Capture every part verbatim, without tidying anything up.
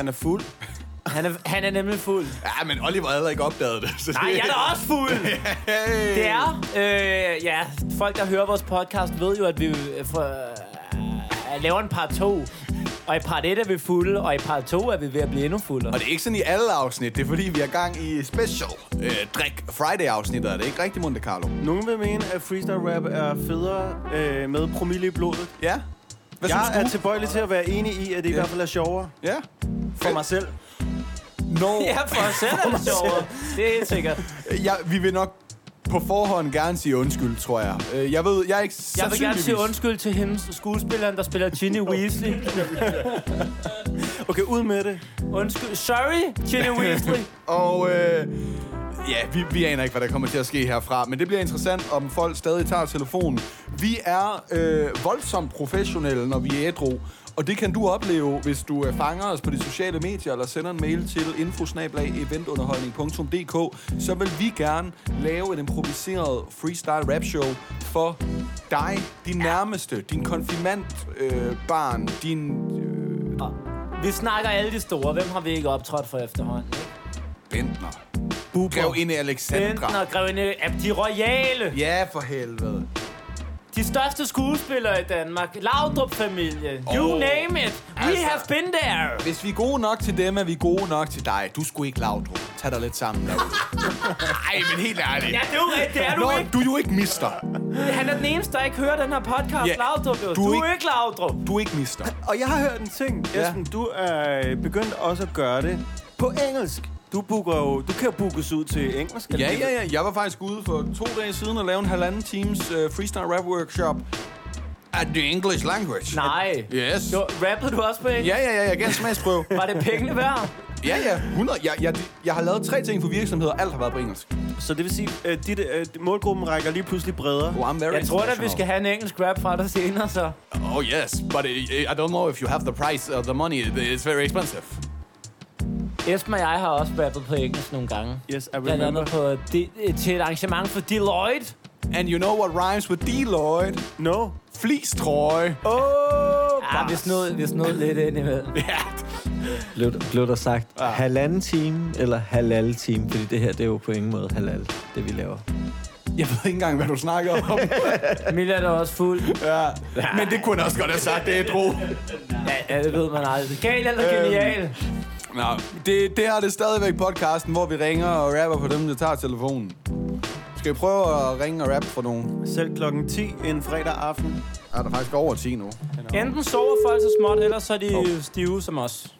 Han er fuld. Han er, han er nemlig fuld. Ja, men Oliver havde ikke opdaget det. Så Nej, det... jeg er da også fuld. Hey. Det er, øh, ja, folk, der hører vores podcast, ved jo, at vi øh, for, øh, laver en part to. Og i part et er vi fulde, og i part to er vi ved at blive endnu fuldere. Og det er ikke sådan i alle afsnit. Det er fordi, vi er gang i special øh, Drik Friday-afsnittet. Det er ikke rigtig Monte Carlo. Nogen vil mene, at freestyle rap er federe øh, med promille i blodet. Ja. Hvad Jeg synes er du? tilbøjelig til at være enig i, at det i Ja. hvert fald er sjovere. Ja. For mig selv. No. Ja, for os selv er det sjovere. Det er helt sikkert. Ja, vi vil nok på forhånd gerne sige undskyld, tror jeg. Øh, Jeg ved, jeg er ikke Jeg vil gerne sige sandsynligvis- undskyld til hendes skuespilleren, der spiller Ginny Weasley. Okay, ud med det. Undskyld. Sorry, Ginny Weasley. Og øh, ja, vi, vi aner ikke, hvad der kommer til at ske herfra. Men det bliver interessant, om folk stadig tager telefonen. Vi er øh, voldsomt professionelle, når vi er ædru. Og det kan du opleve, hvis du øh, fanger os på de sociale medier, eller sender en mail til info snabel-a eventunderholdning punktum d k. Så vil vi gerne lave et improviseret freestyle rap show for dig, din nærmeste, din konfirmand, øh, barn, din... Øh, Vi snakker alle de store. Hvem har vi ikke optrådt for efterhånden? Ikke? Bentner. Grevinde Alexandra. Bentner, Grevinde, ja, de royale. Ja, for helvede. De største skuespillere i Danmark. Laudrup-familie. You Oh. name it. We Altså. have been there. Hvis vi er gode nok til dem, er vi gode nok til dig. Du skulle ikke Laudrup. Tag dig lidt sammen derude. Ej, men helt ærligt. Ja, det er jo rigtigt. Det er du Nå, ikke. du er jo ikke mister. Han er den eneste, der ikke hører den her podcast. Ja, Laudrup, jo. du Du er er ikke- ikke Laudrup. Du er ikke mister. Og jeg har hørt en ting. Ja. Esben, du er begyndt også at gøre det på engelsk. Du booker jo, du kan jo bookes ud til engelsk. Ja, ja, ja. Jeg var faktisk ude for to dage siden og lave en halvanden times uh, freestyle rap workshop at the English language. Nej. Yes. Jo, rappede du også på engelsk? Ja, ja, ja. Jeg gav en smagsprøve. Var det pengene værd? Ja, ja. hundrede. Jeg, jeg, jeg har lavet tre ting for virksomheder. Alt har været på engelsk. Så det vil sige, at dit, uh, målgruppen rækker lige pludselig bredere. Oh, I'm very Jeg tror da, vi international. skal have en engelsk rap fra dig senere, så. Oh, yes. But I, I don't know if you have the price or the money. It's very expensive. Esben og jeg har også rappet på engelsk nogle gange. Yes, I Blandt remember. andet på de, til et arrangement for Deloitte. And you know what rhymes with Deloitte? No. Flistrøje. Åh, oh, Ja, vi snod, vi snod lidt ind imellem. Ja. Blev, blev der sagt Ja. halvanden time eller halal time? Fordi det her, det er jo på ingen måde halal, det vi laver. Jeg ved ikke engang, hvad du snakker om. Mille er da også fuld. Ja. Men det kunne han også godt have sagt, det er dro. Ja, ja, det ved man aldrig. Gal eller genial? Nå, det, det her det er stadigvæk podcasten, hvor vi ringer og rapper på dem, der tager telefonen. Skal vi prøve at ringe og rappe for nogen? selv klokken ti en fredag aften. Er der faktisk over ti nu? Enten sover folk så småt, eller så er de oh. stive som os.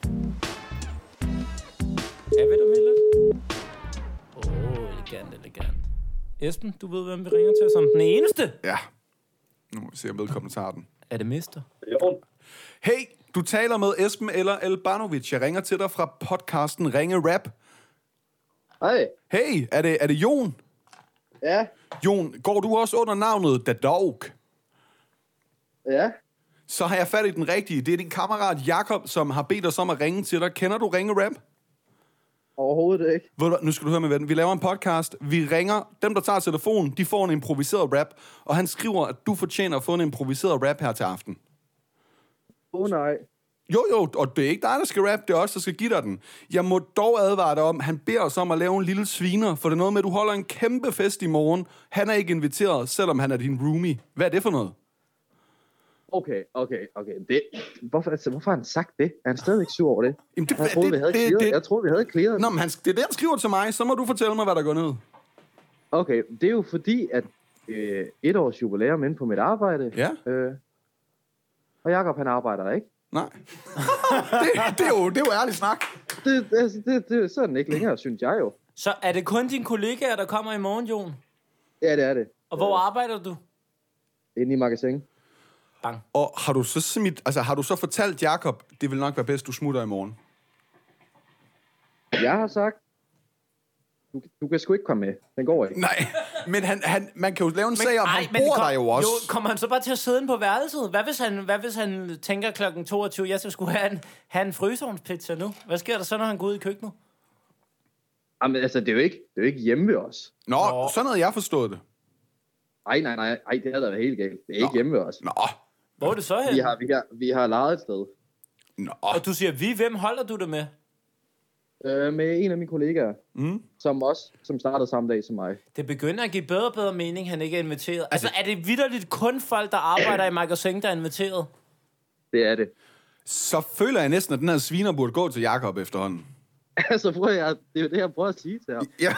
Ja, ved du, Mille? Åh, oh, elegant, elegant. Esben, du ved, hvem vi ringer til som den eneste. Ja. Nu må vi se, om vedkommende tager den. Er det mister? Hey, du taler med Esben eller Elbanovic. Jeg ringer til dig fra podcasten Ringe Rap. Hej. Hey, er det, er det Jon? Ja. Jon, går du også under navnet The Dog? Ja. Så har jeg fat i den rigtige. Det er din kammerat Jakob, som har bedt os om at ringe til dig. Kender du Ringe Rap? Overhovedet ikke. Ved du hvad, nu skal du høre med ven. Vi laver en podcast. Vi ringer. Dem, der tager telefonen, de får en improviseret rap. Og han skriver, at du fortjener at få en improviseret rap her til aften. Åh oh, nej. Jo, jo, og det er ikke dig, der skal rap. Det er os, der skal give dig den. Jeg må dog advare dig om, han beder os om at lave en lille sviner. For det er noget med, at du holder en kæmpe fest i morgen. Han er ikke inviteret, selvom han er din roomie. Hvad er det for noget? Okay, okay, okay. Det, hvorfor, altså, hvorfor har han sagt det? Er han stadig ikke sur over det? Jamen, det, Jeg troede, det, vi havde det, clearet. det, Jeg troede, vi havde clearet. Nå, men han, det er det, han skriver til mig. Så må du fortælle mig, hvad der går ned. Okay, det er jo fordi, at øh, et års jubilæum inde på mit arbejde. Ja. Øh, og Jakob, han arbejder der ikke. Nej. det, det, er jo, det er jo ærlig snak. Det, det, altså, det, det er sådan ikke længere, synes jeg jo. Så er det kun dine kollegaer, der kommer i morgen, Jon? Ja, det er det. Og hvor arbejder du? Inde i magasin. Bang. Og har du så smidt, altså har du så fortalt Jakob, det vil nok være bedst, du smutter i morgen? Jeg har sagt, du, du kan sgu ikke komme med. Den går ikke. Nej, men han, han, man kan jo lave en sag om, ej, han men bor kom, der jo også. Jo, kommer han så bare til at sidde inde på værelset? Hvad hvis han, hvad hvis han tænker klokken toogtyve, jeg skal skulle have en, have en frysovnspizza nu? Hvad sker der så, når han går ud i køkkenet? Jamen, altså, det er jo ikke, det er jo ikke hjemme ved os. Nå, Nå, sådan havde jeg forstået det. Ej, nej, nej, ej, det havde været helt galt. Det er ikke Nå. hjemme ved os. Nå, Hvor er det så hen? Vi har, vi har, vi har lejet et sted. Nå. Og du siger vi, hvem holder du det med? Øh, med en af mine kollegaer, mm. som også som startede samme dag som mig. Det begynder at give bedre og bedre mening, han ikke er inviteret. Altså, altså er det vitterligt kun folk, der arbejder i magasin, der er inviteret? Det er det. Så føler jeg næsten, at den her sviner burde gå til Jakob efterhånden. Altså, prøver jeg, det er jo det, jeg prøver at sige til ham. Ja.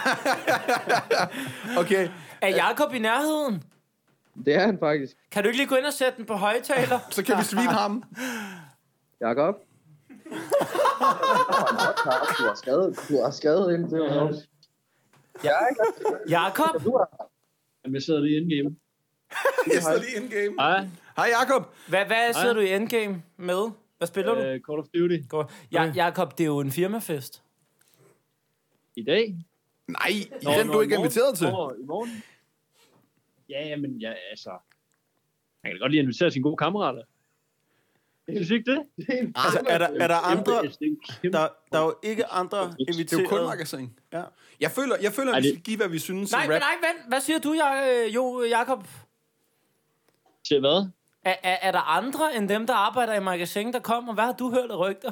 Okay. Er Jakob i nærheden? Det er han faktisk. Kan du ikke lige gå ind og sætte den på højtaler? Så kan vi svine ham. Jakob? Du har skrevet, du har skrevet ind til mig. Jakob? Jakob? Du har... Jamen, jeg sidder lige in-game. Jeg sidder lige in-game. Hej. Hej, Jakob. Hvad, hvad sidder du i endgame med? Hvad spiller du? Uh, Call of Duty. Godt. Ja, Jakob, det er jo en firmafest. I dag? Nej, i den du ikke er inviteret til. Nå, i morgen? Ja, jamen, ja, altså... Han kan da godt lige invitere sine gode kammerater. Jeg synes ikke det. Altså, er der, er der andre... Kæmpe, Der, der er jo ikke andre Det er inviteret. jo kun magasin. Ja. Jeg føler, jeg føler at Ej, vi det- skal give, hvad vi synes Nej, i men rap. nej, vent. Hvad siger du, jeg, jo, Jakob? Til hvad? Er, er, er der andre end dem, der arbejder i magasin, der kommer? Hvad har du hørt af rygter?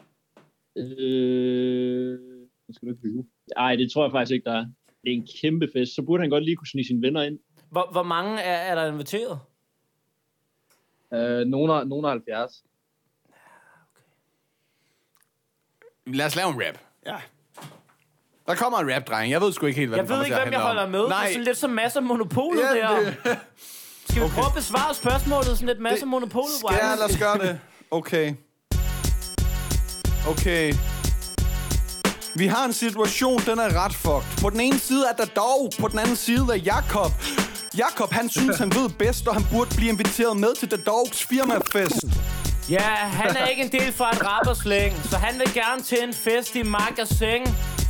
Øh... Nu skal du ikke lyve. Ej, det tror jeg faktisk ikke, der er. Det er en kæmpe fest. Så burde han godt lige kunne snige sine venner ind. Hvor, hvor mange er, er der inviteret? Øh, nogen er, nogen er halvfjerds. Lad os lave en rap. Ja. Der kommer en rap, dreng. Jeg ved sgu ikke helt, hvad Jeg den ved kommer ikke, til at hvem jeg handle holder om. med. Nej. Det er sådan lidt som masser af monopolet Ja, der. det, Skal vi prøve at besvare spørgsmålet sådan lidt masser af monopolet? ja, lad os gøre det. Okay. Okay. Vi har en situation, den er ret fucked. På den ene side er der dog, på den anden side er Jakob. Jakob, han synes, han ved bedst, og han burde blive inviteret med til The Dogs firmafest. Ja, han er ikke en del fra et rapperslæng, så han vil gerne til en fest i magasin.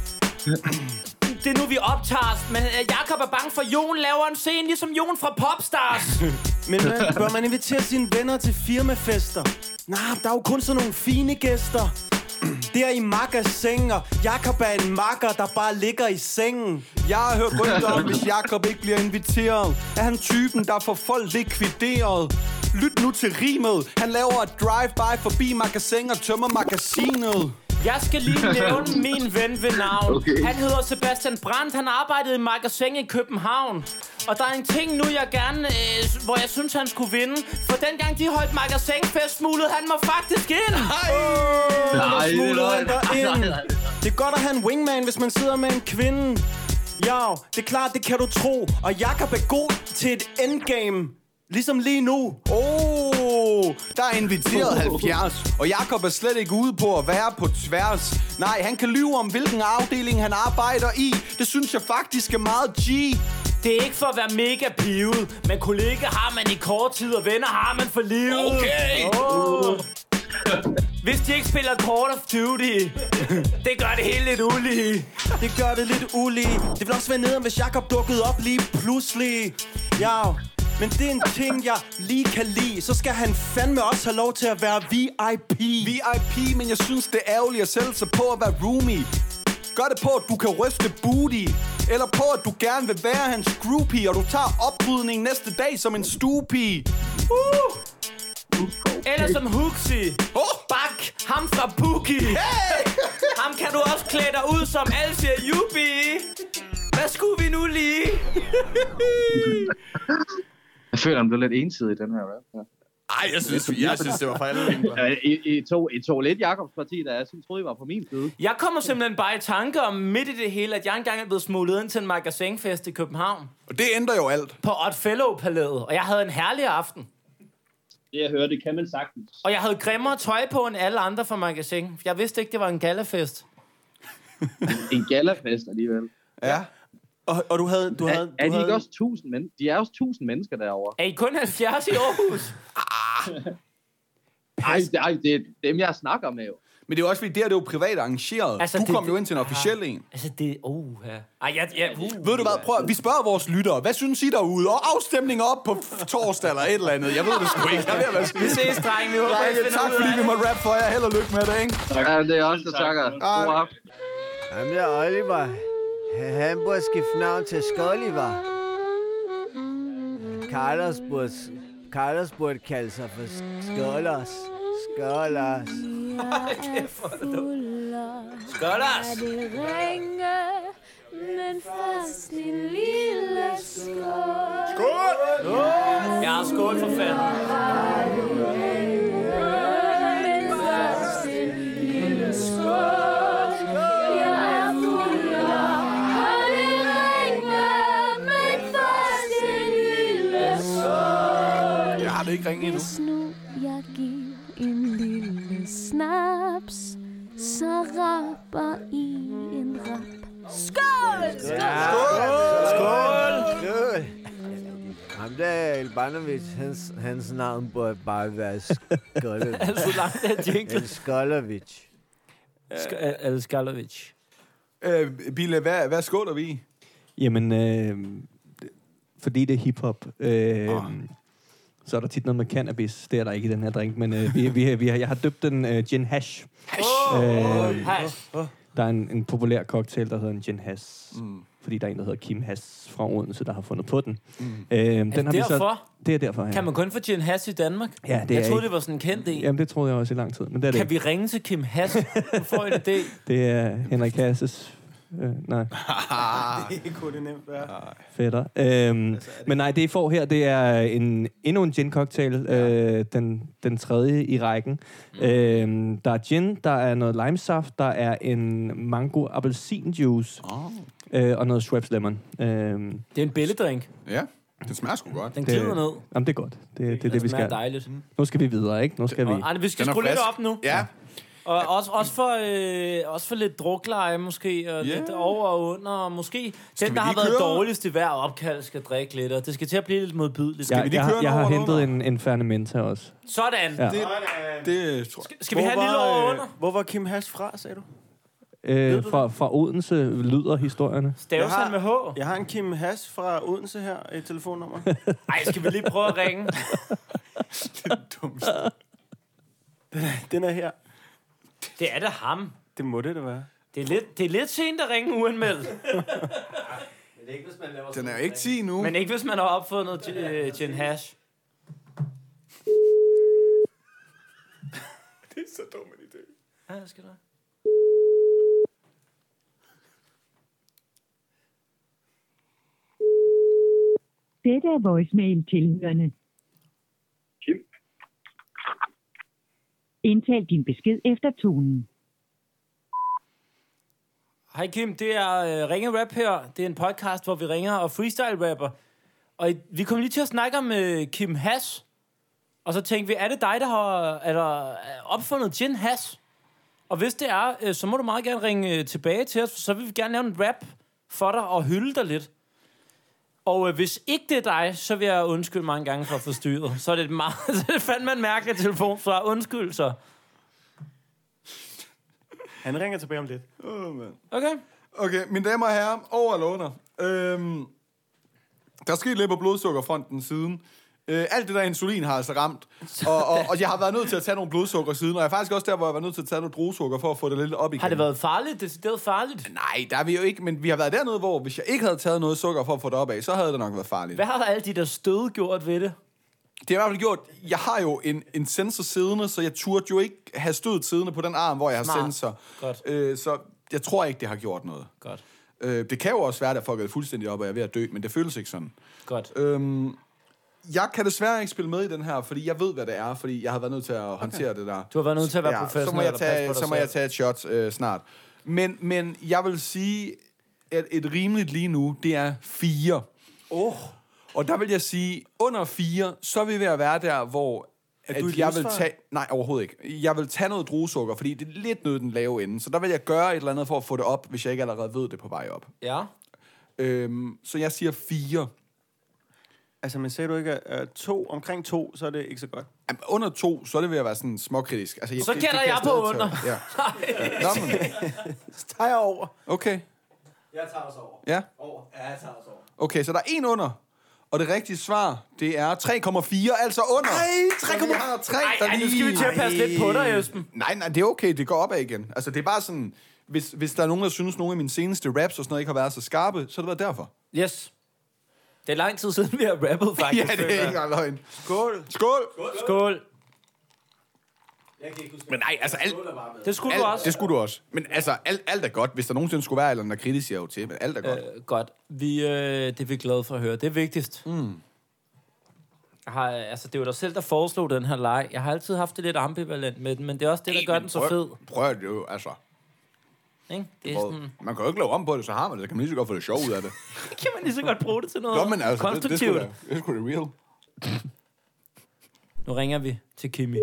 Det er nu, vi optager os, men Jakob er bange for, at Jon laver en scene, ligesom Jon fra Popstars. Men man, bør man invitere sine venner til firmafester? Nej, der er jo kun sådan nogle fine gæster. Der i magasin, og Jakob er en makker, der bare ligger i sengen. Jeg har hørt rygter om, hvis Jakob ikke bliver inviteret, er han typen, der får folk likvideret. Lyt nu til rimet. Han laver et drive-by forbi magasin og tømmer magasinet. Jeg skal lige nævne min ven ved navn. Okay. Han hedder Sebastian Brandt. Han arbejdede i magasin i København. Og der er en ting nu, jeg gerne, øh, hvor jeg synes, han skulle vinde. For dengang de holdt magasinfest, smuglede han mig faktisk ind. Der smuglede han derind. Det er godt at have en wingman, hvis man sidder med en kvinde. Ja, det er klart, det kan du tro. Og Jakob er god til et endgame. Ligesom lige nu. Oh, der er inviteret halvfjerds, og Jakob er slet ikke ude på at være på tværs. Nej, han kan lyve om, hvilken afdeling han arbejder i. Det synes jeg faktisk er meget G. Det er ikke for at være mega pivet, men kollega har man i kort tid, og venner har man for livet. Okay. Oh. Hvis de ikke spiller Call of Duty, det gør det hele lidt ulige. Det gør det lidt ulige. Det vil også være nederen, hvis Jakob dukkede op lige pludselig. Ja, men det er en ting, jeg lige kan lide. Så skal han fandme også have lov til at være V I P. V I P, men jeg synes, det er ærgerligt at sælge sig på at være roomie. Gør det på, at du kan ryste booty. Eller på, at du gerne vil være hans groupie, og du tager opbrydning næste dag som en stuepige. Uh! Eller som Huxi. Oh! Bak, ham fra Pookie. Hey! Ham kan du også klæde dig ud som alle siger Jubi. Hvad skulle vi nu lige? Jeg føler, han blev lidt ensidig i den her rap. Ja. Ej, jeg synes, jeg synes det var for alle vinkler. Ja, I, I, tog, I tog lidt Jakobs parti, der jeg synes, troede, I var på min side. Jeg kommer simpelthen bare i tanke om midt i det hele, at jeg engang er blevet smuglet ind til en magasinfest i København. Og det ændrer jo alt. På Oddfellow-palæet, og jeg havde en herlig aften. Det jeg hører, det kan man sagtens. Og jeg havde grimmere tøj på end alle andre fra magasin. Jeg vidste ikke, det var en gallafest. En gallafest alligevel. Ja. Og, og du havde... Du Er, havde, er du de havde... ikke også tusind mennesker? De er også tusind mennesker derovre. Er I kun halvfjerds i Aarhus? Ej, det, ej, det er dem, jeg snakker med jo. Men det er jo også fordi, det her det er jo privat arrangeret. Altså, du det- kom jo ind til en officiel en. Altså, det... Oh, ja. Ej, ja, ja, uh. Ved du hvad, prøv, vi spørger vores lyttere, hvad synes I derude? Og afstemning op på f- torsdag eller et eller andet. Jeg ved det sgu ikke. Jeg er ved at være skidt. Vi ses, drenge. Vi håber, I Drenge, finder tak ud af fordi det. vi måtte rap for jer. Held og lykke med det, ikke? Ja, det er også, der takker. God aften. Jamen, det er Oliver. Han burde skifte navn til Skolliver. Carlos burde, Carlos burde kalde sig for Skollers. Skål, Lars. Skål, Lars. Det ringe, men først en lille skål. Skål! Ja, skål for fanden. Men først en lille skål. Jeg er fuld og det ringe, men først en lille skål. Jeg har det ikke ringet endnu. Hvis nu jeg giver en lille snaps, så rapper I en rap. Skål! Skål! Skål! Skål! Ham der Albanovic, hans, hans navn burde bare være Skolovic. Altså langt er jingle. Eller Skolovic. Skalovic. Øh, Bille, hvad, hvad skåler vi i? Jamen, øh, fordi det er hiphop, øh, oh. så er der tit noget med cannabis. Det er der ikke i den her drink, men øh, vi, vi, vi har, jeg har døbt den øh, gin hash. Hash. Øh, Hash. Der er en, en populær cocktail, der hedder en gin hash. Mm. Fordi der er en, der hedder Kim Hass fra Odense, der har fundet på den. Mm. Øh, den Er det har vi så, derfor? det er derfor, ja. Kan man kun få gin hash i Danmark? Ja, det jeg er troede, ikke. det var sådan en kendt en. Jamen, det troede jeg også i lang tid, men det er det Kan ikke. vi ringe til Kim Hass? Du får en idé. Det er Henrik Hasses øh, nej, Det kunne det nemt være. fætter. Øhm, men nej, det I får her, det er en, endnu en gin-cocktail. Øh, den, den tredje i rækken. Mm. Øh, der er gin, der er noget limesaft, der er en mango-appelsin-juice. Oh. Øh, og noget Schweppes Lemon. Øh, Det er en bælledrink. Ja, det smager sgu godt. Den glider ned. Jamen, det er godt. Det, det er det, Den det vi smager skal. dejligt. Nu skal vi videre, ikke? Nu skal vi... Og, Arne, vi skal Den er skrue lidt frisk. op nu. Ja. Og også, også, for, øh, også for lidt drukleje måske, og Yeah. lidt over og under, og måske vi den, der har lige været køre? dårligst i hver opkald, skal drikke lidt, og det skal til at blive lidt modbydeligt. Jeg, vi lige jeg, køre har- jeg en har over og hentet under? en, en Fernementa også. Sådan. Ja. Det, det tror jeg. Skal vi have en lille over og under? Hvor var Kim Hash fra, sagde du? Øh, fra, fra Odense lyder historierne. Staves Jeg har- han med H? Jeg har en Kim Hash fra Odense her, et telefonnummer. Ej, skal vi lige prøve at ringe? Dumt. Den er, den er her. Det er da ham. Det må det da være. Det er lidt, det er lidt sent at ringe uanmeldt. Den er jo ikke ti nu. Men ikke hvis man har opfundet gin, øh, gin hash. Det er så dum en idé. Ja, det skal du have. Dette er voicemail tilhørende. Kim? Indtal din besked efter tonen. Hej Kim, det er øh, Ringe Rap her. Det er en podcast, hvor vi ringer og freestyle-rapper. Og i- vi kom lige til at snakke om øh, Kim Hash. Og så tænkte vi, er det dig, der har eller, opfundet gin hash? Og hvis det er, øh, så må du meget gerne ringe øh, tilbage til os, for så vil vi gerne lave en rap for dig og hylde dig lidt. Og øh, hvis ikke det er dig, så vil jeg undskylde mange gange for forstyrret. Så er det meget, så er det fandme en mærkelig telefon, så undskyld så. Han ringer tilbage om lidt. Oh, man. Okay? Okay, mine damer og herrer, over eller under. Øhm, der er sket lidt på blodsukkerfronten siden. Øh, alt det der insulin har altså ramt. Og, og, og jeg har været nødt til at tage nogle blodsukker siden. Og jeg er faktisk også der, hvor jeg var nødt til at tage noget druesukker for at få det lidt op igen. Har det været farligt? Det er farligt. Nej, der er vi jo ikke. Men vi har været dernede, hvor hvis jeg ikke havde taget noget sukker for at få det op af, så havde det nok været farligt. Hvad har alle de der stød gjort ved det? Det har i hvert fald gjort, jeg har jo en, en sensor siddende, så jeg turde jo ikke have stødet siddende på den arm, hvor jeg Smart. har sensor. Godt. Øh, så jeg tror ikke, det har gjort noget. Godt. Øh, det kan jo også være, at folk er fuldstændig op og jeg er ved at dø, men det føles ikke sådan. Godt. Øhm, jeg kan desværre ikke spille med i den her, fordi jeg ved, hvad det er, fordi jeg har været nødt til at okay. håndtere det der. Du har været nødt til at være Ja, professionel så må jeg og passe tage, på dig så må selv. jeg tage et shot øh, snart. Men, men jeg vil sige, at et rimeligt lige nu, det er fire. Oh. Og der vil jeg sige, under fire, så er vi ved at være der, hvor at du i jeg vil livsfare? tage... Nej, overhovedet ikke. Jeg vil tage noget druesukker, fordi det er lidt nødt den lave ende. Så der vil jeg gøre et eller andet for at få det op, hvis jeg ikke allerede ved det på vej op. Ja. Øhm, så jeg siger fire. Altså, men sagde du ikke, at uh, to, omkring to, så er det ikke så godt. Jamen, under to, så er det ved at være sådan småkritisk. Altså, Så gætter jeg på stadig under. tage. Ja. Nå, men, Så tager jeg over. okay. Jeg tager os over. Ja. Over. Ja, jeg tager os over. Okay, så der er en under. Og det rigtige svar, det er tre komma fire, altså under. Nej, tre komma fire. Ej, ej, nu skal vi til at passe lidt på dig, Esben. Nej, nej, det er okay, det går opad igen. Altså, det er bare sådan, hvis, hvis der er nogen, der synes, at nogle af mine seneste raps og sådan noget ikke har været så skarpe, så har det været derfor. Yes. Det er lang tid siden, vi har rappet, faktisk. Ja, det er ikke engang løgn. Skål. Skål! Skål. Men nej, altså alt... Det skulle alt, du også. Det skulle du også. Men altså, alt, alt er godt. Hvis der nogensinde skulle være, eller der kritisk siger jo til, men alt er godt. Øh, godt. Vi, øh, det er vi glade for at høre. Det er vigtigst. Mm. Jeg har, altså, det er jo dig selv, der foreslog den her leg. Jeg har altid haft det lidt ambivalent med den, men det er også det, der Ej, gør den så prøv, fed. Prøv det jo, altså. Ikke? Det er Prøv. sådan... Man kan jo ikke lave om på det, så har man det. Så kan man lige så godt få det sjov ud af det. Kan man lige så godt bruge det til noget Nå, men altså, konstruktivt? Det, det, det er sgu da real. Nu ringer vi til Kimi.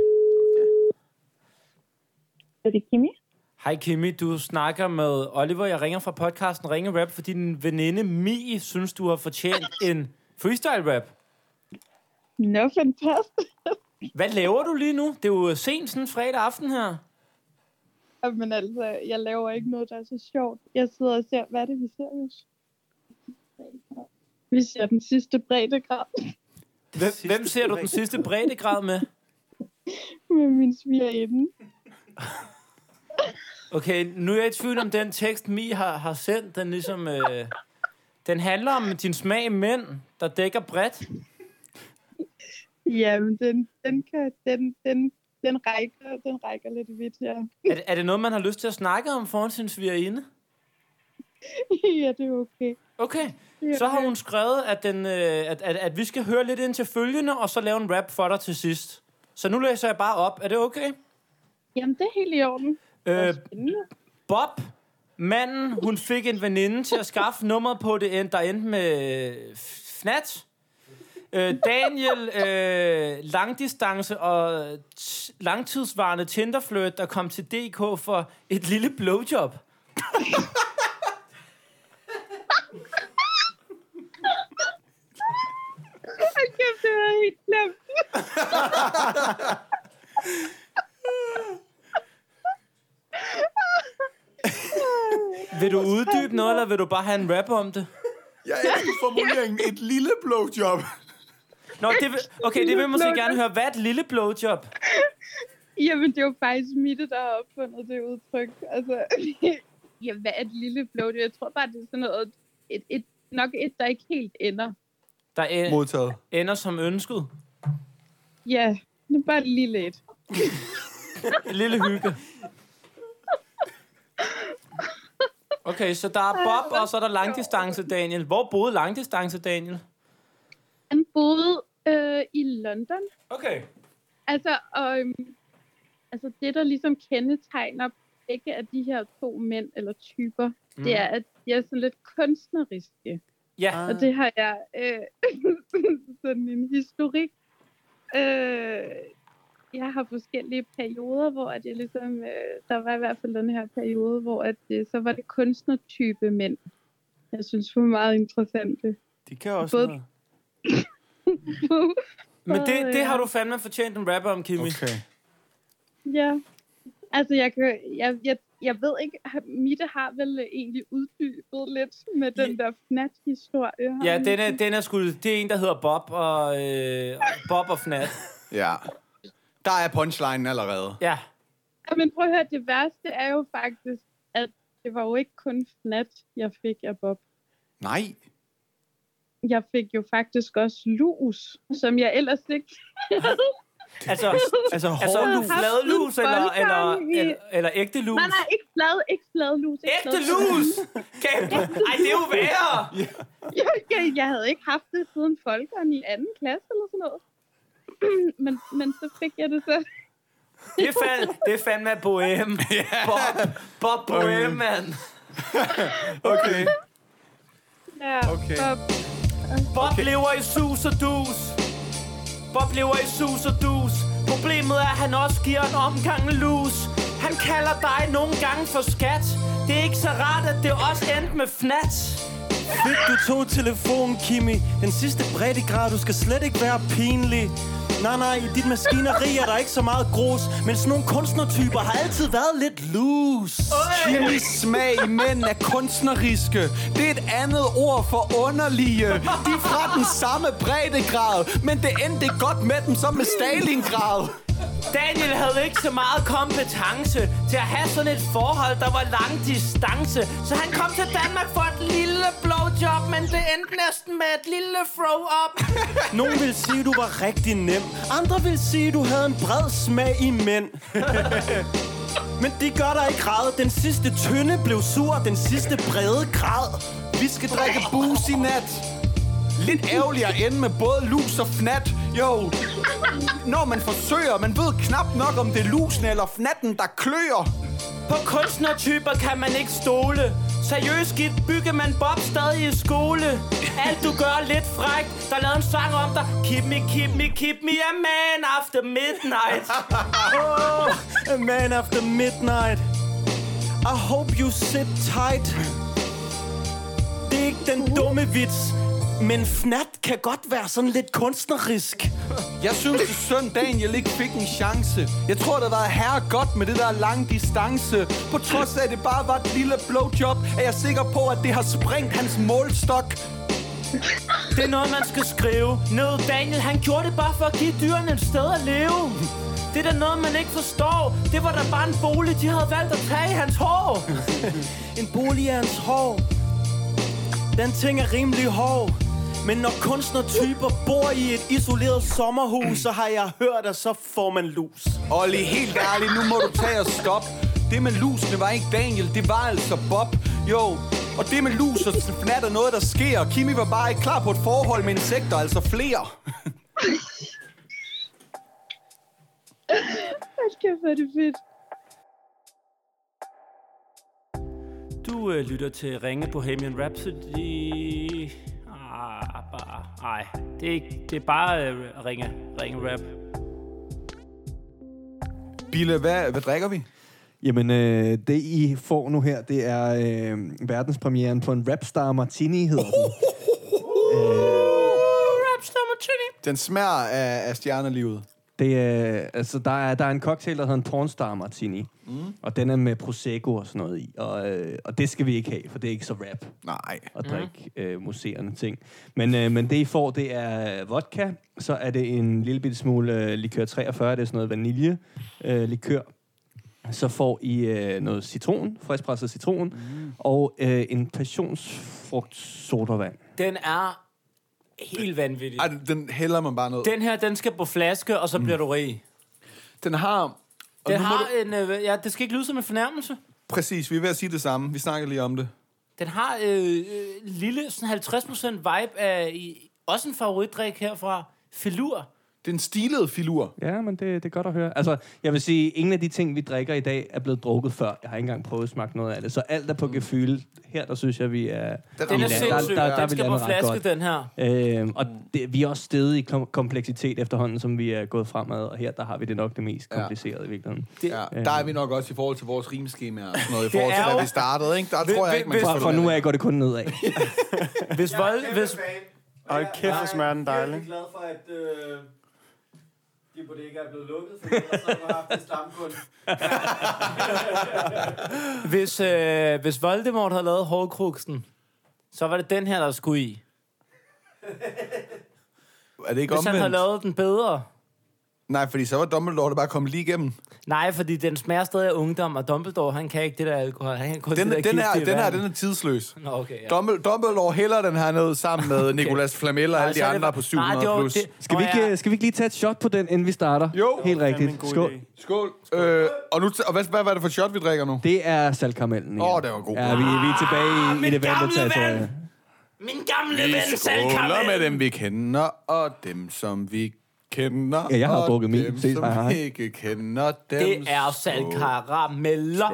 Er det Kimi? Hej Kimi, du snakker med Oliver. Jeg ringer fra podcasten Ringe Rap, fordi din veninde Mie synes, du har fortjent en freestyle rap. Nå, fantastisk. Hvad laver du lige nu? Det er jo sent sådan en fredag aften her. Men altså, jeg laver ikke noget, der er så sjovt. Jeg sidder og ser, hvad er det, vi ser, Jus? Vi ser den sidste breddegrad. Hvem, hvem ser du den sidste breddegrad med? Med min svigerinde. Okay, nu er jeg i tvivl om den tekst, Mie har, har sendt. Den, ligesom, øh, den handler om din smag i mænd, der dækker bredt. Jamen, den, den, kan, den, den, den, rækker, den rækker lidt vidt, ja. Er det, er det noget, man har lyst til at snakke om foran sin svigerinde? Ja, det er okay. Okay, så har hun skrevet, at, den, øh, at, at, at vi skal høre lidt ind til følgende, og så lave en rap for dig til sidst. Så nu læser jeg bare op. Er det okay? Jamen, det er helt i orden. Øh, Bob, manden, hun fik en veninde til at skaffe nummeret på det, der endte med fnat. Øh, Daniel, øh, langdistance og t- langtidsvarende Tinderflirt, der kom til D K for et lille blowjob. Kæft, det er helt glemt. Vil du uddybe noget, eller vil du bare have en rap om det? Jeg elsker formuleringen, et lille blowjob. Nå, det vil, okay, det vil måske gerne høre. Hvad er et lille blowjob? Jamen, det er jo faktisk Mitte, der har opfundet det udtryk. Altså, ja, hvad er et lille blowjob? Jeg tror bare, det er sådan noget, et, et, nok et, der ikke helt ender. Der er, Modtaget. ender som ønsket. Ja, det er bare et lille et. Et lille hygge. Okay, så der er Bob, og så er der langdistance Daniel. Hvor boede langdistance Daniel? Han boede øh, i London. Okay. Altså, og, øhm, altså, det, der ligesom kendetegner begge af de her to mænd eller typer, mm. det er, at de er sådan lidt kunstneriske. Ja. Og det har jeg øh, sådan en historik. Øh, jeg har forskellige perioder, hvor at jeg ligesom, øh, der var i hvert fald den her periode, hvor at, øh, så var det kunstnertype mænd. Jeg synes, det var meget interessant. De kan også Både, noget. Men det, det har du fandme fortjent en rapper om, Kimi. Okay. Ja. Altså, jeg, kan, jeg, jeg, jeg ved ikke, Mitte har vel egentlig uddybet lidt med den der fnat-historie. Ja, den er, den er sgu, det er en, der hedder Bob og, øh, Bob og Fnat. Ja. Der er punchlinen allerede. Ja. Men prøv at høre, det værste er jo faktisk, at det var jo ikke kun Fnat, jeg fik af Bob. Nej. Jeg fik jo faktisk også lus, som jeg ellers ikke Altså, altså, altså fladlus eller, eller, eller, eller ægte lus? Nej, nej, ikke flad, ikke fladlus. Ikke ægte lus? Kæmpe. Ej, det er jo værre. jeg, jeg, jeg havde ikke haft det siden folkeren i anden klasse eller sådan noget. men, men så fik jeg det så. Det er fandme, det er fandme bohem. Bob, Bob bohem, mand. Okay. Ja, okay. Bob. Bob okay. lever i sus og dus. Bob lever i sus og dus. Problemet er, at han også giver en omgang lus. Han kalder dig nogle gange for skat. Det er ikke så rart, at det også endte med fnat. Fedt, du tog telefonen, Kimi. Den sidste breddegrad, du skal slet ikke være pinlig. Nej, nej, i dit maskineri er der ikke så meget grus. Men sådan nogle kunstnertyper har altid været lidt loose. Kimis smag i mænd er kunstneriske. Det er et andet ord for underlige. De er fra den samme breddegrad, men det endte godt med dem som med Stalingrad. Daniel havde ikke så meget kompetence til at have sådan et forhold, der var lang distance. Så han kom til Danmark for et lille blowjob, men det endte næsten med et lille throw-up. Nogen vil sige, du var rigtig nem. Andre vil sige, du havde en bred smag i mænd. Men det gør der ikke græd. Den sidste tynde blev sur, den sidste brede græd. Vi skal drikke booze i nat. Lidt ærgerligt at ende med både lus og fnat. Jo, når man forsøger, man ved knap nok, om det er lusen eller fnatten, der klør. På kunstnertyper kan man ikke stole. Seriøst skidt bygger man Bob stadig i skole. Alt du gør er lidt frækt. Der er lavet en sang om dig. Keep me, keep me, keep me a man after midnight. Oh, a man after midnight. I hope you sit tight. Det er ikke den dumme vits, men fnat kan godt være sådan lidt kunstnerisk. Jeg synes, det er synd, Daniel ikke fik en chance. Jeg tror, det var herre godt med det der lang distance. På trods af, at det bare var et lille blowjob, er jeg sikker på, at det har sprængt hans målstok. Det er noget, man skal skrive ned. Daniel, han gjorde det bare for at give dyrene et sted at leve. Det er da noget, man ikke forstår. Det var da bare en bolig, de havde valgt at tage i hans hår. En bolig er hans hår. Den ting er rimelig hård. Men når kunstnertyper bor i et isoleret sommerhus, så har jeg hørt, at så får man lus. Olli, helt ærligt, nu må du tage og stoppe. Det med lusene var ikke Daniel, det var altså Bob. Jo, og det med lus og fnat er noget, der sker. Kimi var bare ikke klar på et forhold med insekter, altså flere. Hold kæft, hvor er det fedt. Du øh, lytter til Ringe Bohemian Rhapsody. Ah, bare... Ej, det er, ikke, det er bare øh, Ringe, Ringe Rap. Bille, hvad, hvad drikker vi? Jamen, øh, det I får nu her, det er øh, verdenspremieren på en Rapstar Martini, hedder den. Uh, Rapstar Martini. Den smager af, af stjernelivet. Det er, altså, der er, der er en cocktail, der hedder en Pornstar Martini. Mm. Og den er med Prosecco og sådan noget i. Og, øh, og det skal vi ikke have, for det er ikke så rap. Nej. At drikke mm. øh, museerne ting. Men, øh, men det, I får, det er vodka. Så er det en lille bitte smule øh, likør treogfyrre. Det er sådan noget vanilje øh, likør. Så får I øh, noget citron, friskpresset citron. Mm. Og øh, en passionsfrugt sodavand. Den er helt vanvittig. Ej, den hælder man bare ned. Den her, den skal på flaske, og så mm. bliver du rig. Den har... Den har du... en... Øh, ja, det skal ikke lyde som en fornærmelse. Præcis, vi er ved at sige det samme. Vi snakker lige om det. Den har øh, øh, lille, sådan halvtreds procent vibe af... I, også en favoritdrik herfra. Filur. Det er en stilet filur. Ja, men det, det er godt at høre. Altså, jeg vil sige, ingen af de ting, vi drikker i dag, er blevet drukket før. Jeg har ikke engang prøvet at smage noget af det. Så alt er på gefyl. Her, der synes jeg, vi er... Den er sindssygt. Der, der, der den skal på flaske, den her. Øhm, og det, vi er også steget i kom- kompleksitet efterhånden, som vi er gået fremad. Og her, der har vi det nok det mest komplicerede ja. i virkeligheden. Det, ja, der er vi nok også i forhold til vores rimeskemaer og sådan noget. I forhold til, da vi startede, ikke? Der tror jeg ikke, man kan... For nu af går det kun nedad. Hvis vold... Hvis... Ej, kæft, hvor smager den dejlig. Jeg er glad for, at... Øh de bodega er blevet lukket, for ellers har man haft en stamkunde. hvis, øh, hvis Voldemort havde lavet Horcruxen, så var det den her, der skulle i. Er det ikke hvis omvendt? han havde lavet den bedre. Nej, fordi så var Dumbledore det bare kommet lige igennem. Nej, fordi den smager stadig af ungdom, og Dumbledore, han kan ikke det der alkohol. Han kan kun den, det der den, her, den her, den er tidsløs. Nå, okay, ja. Dumbledore hælder den her ned sammen med okay. Nicolas Flamel og alle de andre var... på syv hundrede Nej, plus. Det... Skal, vi ikke, skal vi ikke lige tage et shot på den, inden vi starter? Jo. Helt rigtigt. Skål. Skål. Skål. Øh, og, nu, og hvad, hvad, hvad er det for shot, vi drikker nu? Det er saltkaramellen. Åh, oh, det var god. Ja, vi, vi er tilbage i, i det vante territorium. Min gamle ven, Vi skåler med dem, vi kender, og dem, som vi kender. Ja, jeg har drukket min. Dem, Ses, som hej, hej. ikke kender dem. Det er saltkarameller.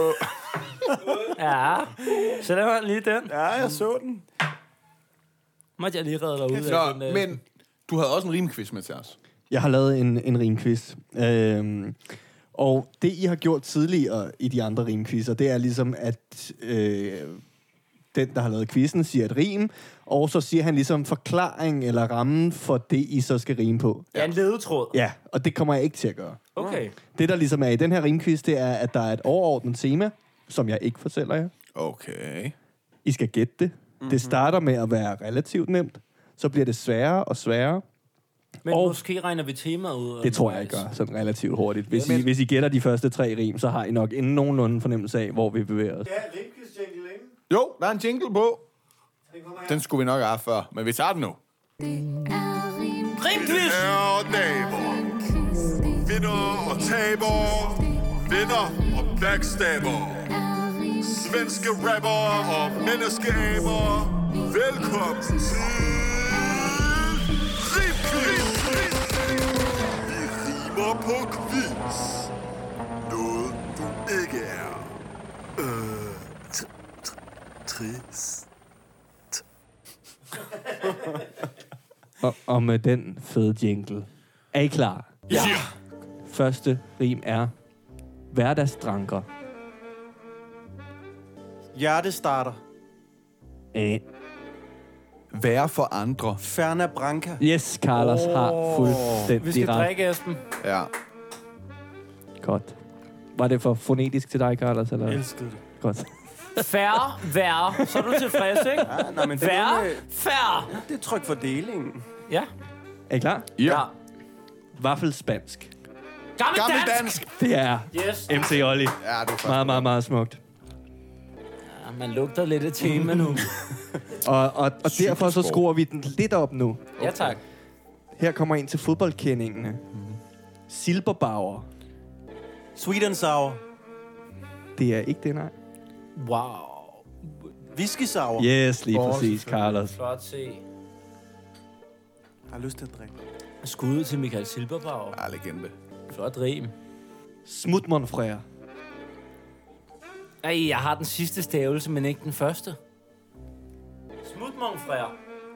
Ja, så der var lige den. Ja, jeg så den. Måtte jeg lige redde dig ud Nå, af den. men du havde også en rimquiz med til os. Jeg har lavet en, en rimquiz. Øhm, og det, I har gjort tidligere i de andre rimquizzer, det er ligesom, at øh, den, der har lavet quizzen, siger et rim, og så siger han ligesom forklaring eller rammen for det, I så skal rime på. Ja, en ledetråd. Ja, og det kommer jeg ikke til at gøre. Okay. Det, der ligesom er i den her rimquiz, det er, at der er et overordnet tema, som jeg ikke fortæller jer. Okay. I skal gætte det. Mm-hmm. Det starter med at være relativt nemt, så bliver det sværere og sværere, Men Og- måske regner vi temaet ud. Det tror jeg, jeg gør sådan relativt hurtigt. Hvis, Men- I, hvis I gætter de første tre rim, så har I nok en nogenlunde fornemmelse af, hvor vi bevæger os. Ja, rimkvist-jingle, ikke? Jo, der er en jingle på. Den skulle vi nok have haft før, men vi tager den nu. Rimquiz! Herre og damer, vinder og taber, vinder og backstabber, svenske rapper og menneskeaber. Velkommen til Rimquiz. Vi rimer på quiz. Noget du ikke er. Øh, t- t- trist. Og, og med den fede jingle. Er I klar? Ja! Første rim er hverdagsdranker. Hjertestarter. Eh. Være for andre. Ferna Branca. Yes, Carlos oh. har fuldstændig Vi skal ret. drikke, Esben. Ja. Godt. Var det for fonetisk til dig, Carlos? Eller? Jeg elskede det. Godt. Færre, værre. Så er du tilfreds, ikke? Ja, nej, men det er Værre, noget med- færre. Det er tryk for delingen. Ja. Er I klar? Ja. Vaffelspansk. Gammel, Gammel dansk. dansk. Det er Yes. M C Olli. Ja, det er faktisk Meget, meget, meget smukt. Ja, man lugter lidt af tema nu. Og, og, og derfor så skruer vi den lidt op nu. Ja, tak. Her kommer ind til fodboldkendingene. Silberbauer. Sweet and sour. Det er ikke det, nej. Wow. Whisky sour. Yes, lige præcis, Carlos. Flot se. Jeg har lyst til at drikke. Skud til Michael Silberbauer. Ja, legende. Flot rim. Smutmonfrère. Ej, jeg har den sidste stavelse, men ikke den første. Smutmonfrère.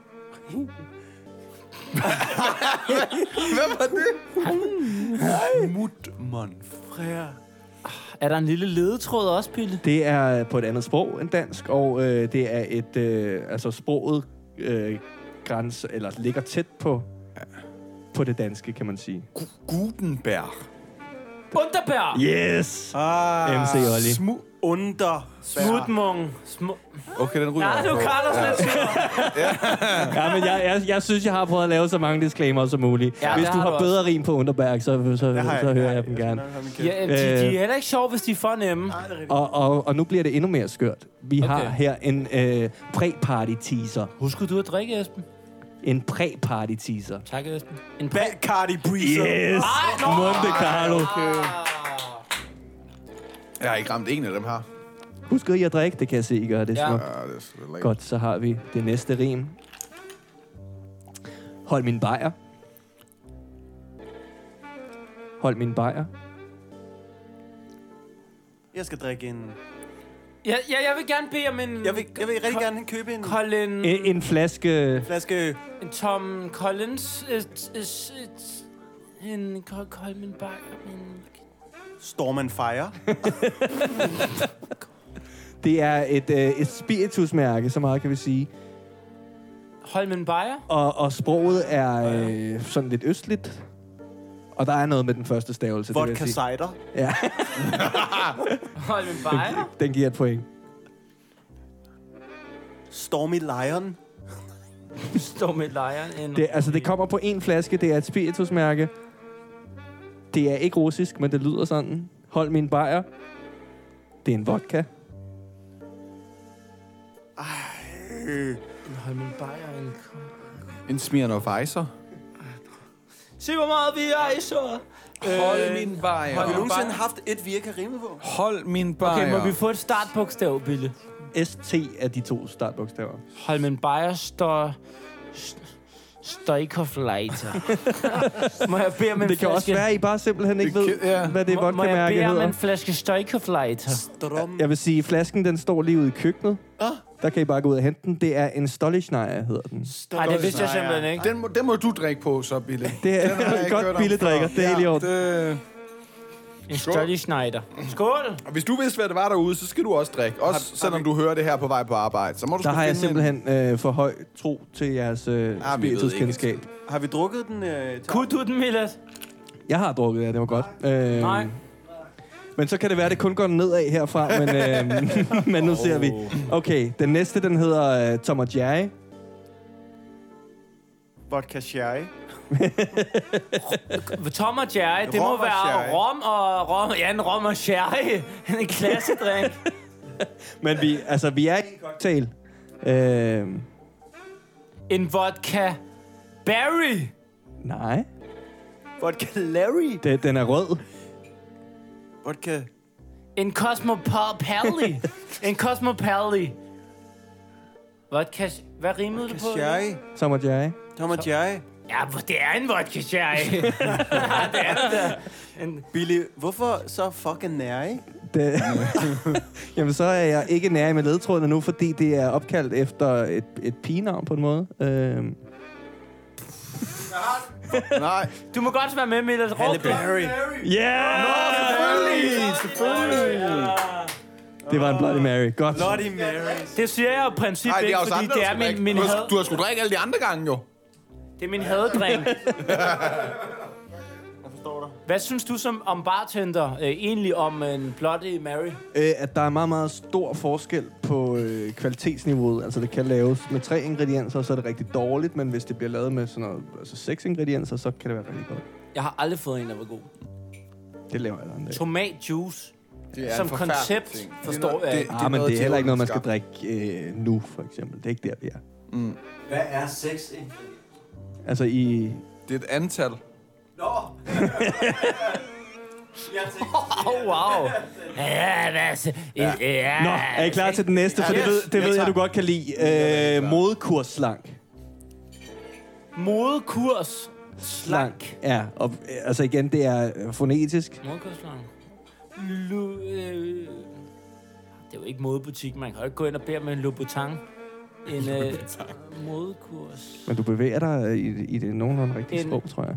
Hvad var det? Smutmonfrère. Er der en lille ledetråd også, Pille? Det er på et andet sprog end dansk, og øh, det er et, øh, altså sproget øh, grænse, eller ligger tæt på, på det danske, kan man sige. Gutenberg. Underbær! Yes! Ah, M C Olli. Smu under. Smutmong. Smu... Okay, den ryger Nej, jeg nu på. kan Carlos lidt sur. Ja, men jeg, jeg, jeg synes, jeg har prøvet at lave så mange disclaimer som muligt. Ja, Hvis det du har har du bedre rim på Underberg, så, så, så, har så jeg. hører Ja, jeg dem jeg gerne. skal nok have min kæft. Ja, de, de er heller ikke sjove, hvis de er for nemme. Og, og, og nu bliver det endnu mere skørt. Vi Okay. har her en øh, præ-party-teaser. Husker du at drikke, Esben? En præ-party-teaser. Tak, Esben. En præ... Bacardi Breezer. Yes! Ej, nå! Monte Carlo. Jeg har ikke ramt en af dem her. Husker I at drikke? Det kan jeg se, I gør det Ja. smukt. Ja, det er selvfølgelig Godt, så har vi det næste rim. Hold min bajer. Hold min bajer. Jeg skal drikke en... Ja, ja, jeg vil gerne bede om en... Jeg vil, jeg vil rigtig gerne købe en Colin... En, en flaske... flaske... En Tom Collins... Et, et, et, en Col- Colin Bayer... En... Storm and Fire. Det er et, øh, et spiritusmærke, så meget kan vi sige. Holmen Bayer? Og, og sproget er øh, sådan lidt østligt. Og der er noget med den første stavelse, det vil Vodka jeg sige. cider. Ja, Holmen Bayer? den giver et point. Stormy Lion. Står med lejren. En... Det, altså, det kommer på en flaske. Det er et spiritusmærke. Det er ikke russisk, men det lyder sådan. Hold min bajer. Det er en vodka. Øh. Holmen Bayer... En... En Smirnoff Icer. Se, hvor meget vi er i så. Hold min bajer. Har vi min nogensinde bajer. haft et vi ikke har rimet på? Hold min bajer. Okay, må vi få et startbogstav, Bille? S T er de to startbogstaver. Holmen Bayer står... Stoikofleiter. Må jeg bede om en Det kan flaske... også være, at I bare simpelthen ikke Det ved, kan- ja. hvad det Må, må jeg vodka-mærke bede om hedder. en flaske Stoikofleiter? Strom. Jeg vil sige, at flasken den står lige ude i køkkenet. Ah. Der kan I bare gå ud og hente den. Det er en Stollischneier, hedder den. Nej, det vidste jeg simpelthen ikke. Den må, den må du drikke på, så, Bille. Det er Den har jeg ikke hørt godt om billedrikker. før. Det er helt i Ja, orden. det- En Stolly Schneider. Skål! Og hvis du vidste, hvad det var derude, så skal du også drikke. Også Har- selvom har du hører det her på vej på arbejde. Så må du Der sgu har jeg finde en- simpelthen øh, for høj tro til jeres øh, Ah, vi ved ikke. spirituskendskab. Har vi drukket den? Øh, Kunne du den, Milas? Jeg har drukket, ja, det var godt. Øh, Nej. Men så kan det være, at det kun går nedad herfra, men, øh, men nu ser vi. Okay, den næste, den hedder øh, Tom og Jerry. Vodka Sherry. Tom og Jerry, det Rom må og være sherry. rom og rom. Ja, en rom og sherry. En klassedrink. Men vi, altså, vi er i en cocktail. Øh, En vodka berry. nej, Vodka Larry. det, den er rød. Vodka... En Cosmopally. En Cosmopally. Vodka... Hvad rimede du på? Sherry. Som og Jerry. Tom og Jerry. Ja, det er en vodka sherry. Det er det der. En... Billy, hvorfor så fucking nær, ikke? Det, jamen, så er jeg ikke nær med ledtrådene nu, fordi det er opkaldt efter et, et pigenavn på en måde. Øh, Nej. Du må godt være med, Mille. Halle Berry. yeah! Selvfølgelig. Selvfølgelig. Det var en Bloody Mary. Godt. Bloody Mary. Det siger jeg jo i princippet Nej, det er ikke, også fordi andre, det der er skal min, drikke. min Du har, had. du har sgu drikke alle de andre gange, jo. Det er min haddrink. Jeg forstår dig. Hvad synes du som om bartender øh, egentlig om en Bloody Mary? Øh, at der er meget, meget stor forskel på øh, kvalitetsniveauet. Altså, det kan laves med tre ingredienser, så er det rigtig dårligt, men hvis det bliver lavet med sådan noget, altså seks ingredienser, så kan det være rigtig godt. Jeg har aldrig fået en, der var god. Det laver jeg en dag. Tomatjuice. Det er Som en forfærdelig koncept ting. forstår Det er jeg noget- ikke. det- Ah, men noget det er heller ikke noget, man skal teorisk drikke øh, nu, for eksempel. Det er ikke der, vi er. Mm. Hvad er seks ingredienser? Altså, i... Det er et antal. Nå! Oh, wow. Ja, hvad ja. Ja. Nå, er I klar til den næste? For det ved, det ved jeg, du godt kan lide. Øh, modkursslank. Modekurs slank. Ja, og øh, altså igen, det er øh, fonetisk. Modekurs slank. Lu, øh, det er jo ikke modebutik. Man kan jo ikke gå ind og bede med en Louboutin. En øh, modekurs. Men du bevæger dig i, i det nogenlunde rigtige En- sprog, tror jeg.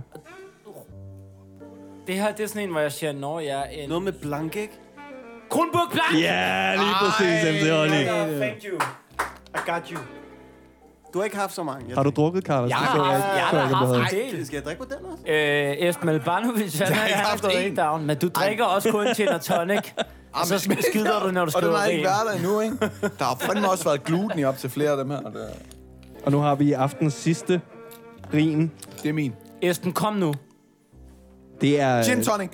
Det her, det er sådan en, hvor jeg siger, når jeg er en... Noget med blank, ikke? Kronburg Blank! Ja, lige præcis, M C Holly. Thank you. I got you. Du har ikke haft så mange. Har du drukket, Carlos? Jeg Det har så haft, jeg så har ikke, haft du en havde. del. Skal jeg drikke på den også? Øh, Esben Albanovic, han Jeg har er ikke han er haft gået en. ikke down, men du drikker også kun gin og tonic. Og så sk- skider du, når du Og den skriver har ikke ren. været der endnu, ikke? Der har fandme også været gluten i op til flere af dem her. Det er, Og nu har vi aftens sidste rim. det er min. Esben, kom nu. Det er... Gin tonic.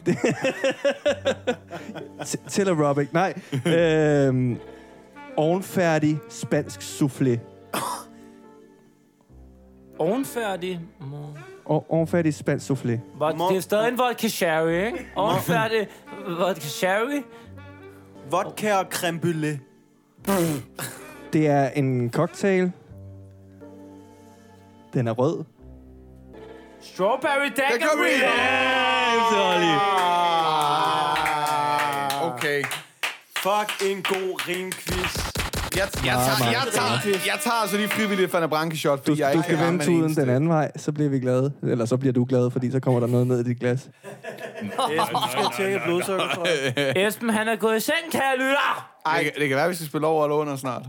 T- Til aerobic. Nej. øhm, ovenfærdig spansk soufflé. Ovenfærdig. O- ovenfærdig spansk soufflé. Vod- det er stadig en vodka sherry, ikke? Ovenfærdig vodka sherry. Vodka og creme brûlée. Det er en cocktail. Den er rød. Strawberry daiquiri. Okay. Fuck en god rimquiz. Jeg, jeg, tager, jeg, tager, jeg tager altså lige frivillige Fanta Branca shot, fordi Du, jeg du ikke skal kan ramme vende den tuden eneste. den anden vej, så bliver vi glade. Eller så bliver du glad, fordi så kommer der noget ned i dit glas. Esben, du skal tjekke blodsukker, tror jeg. Esben, han er gået i seng, kan jeg lytte. Ej, det kan være, vi skal spille over eller under snart.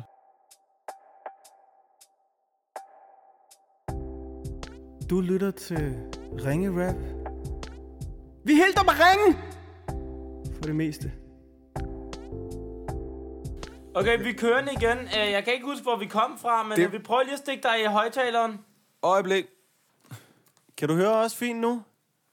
Du lytter til Ringe Rap. Vi hælder med ringe! For det meste. Okay, vi kører den igen. Øh, Jeg kan ikke huske, hvor vi kom fra, men Det- vi prøver lige at stikke dig i højtaleren. Øjeblik. Kan du høre os fint nu?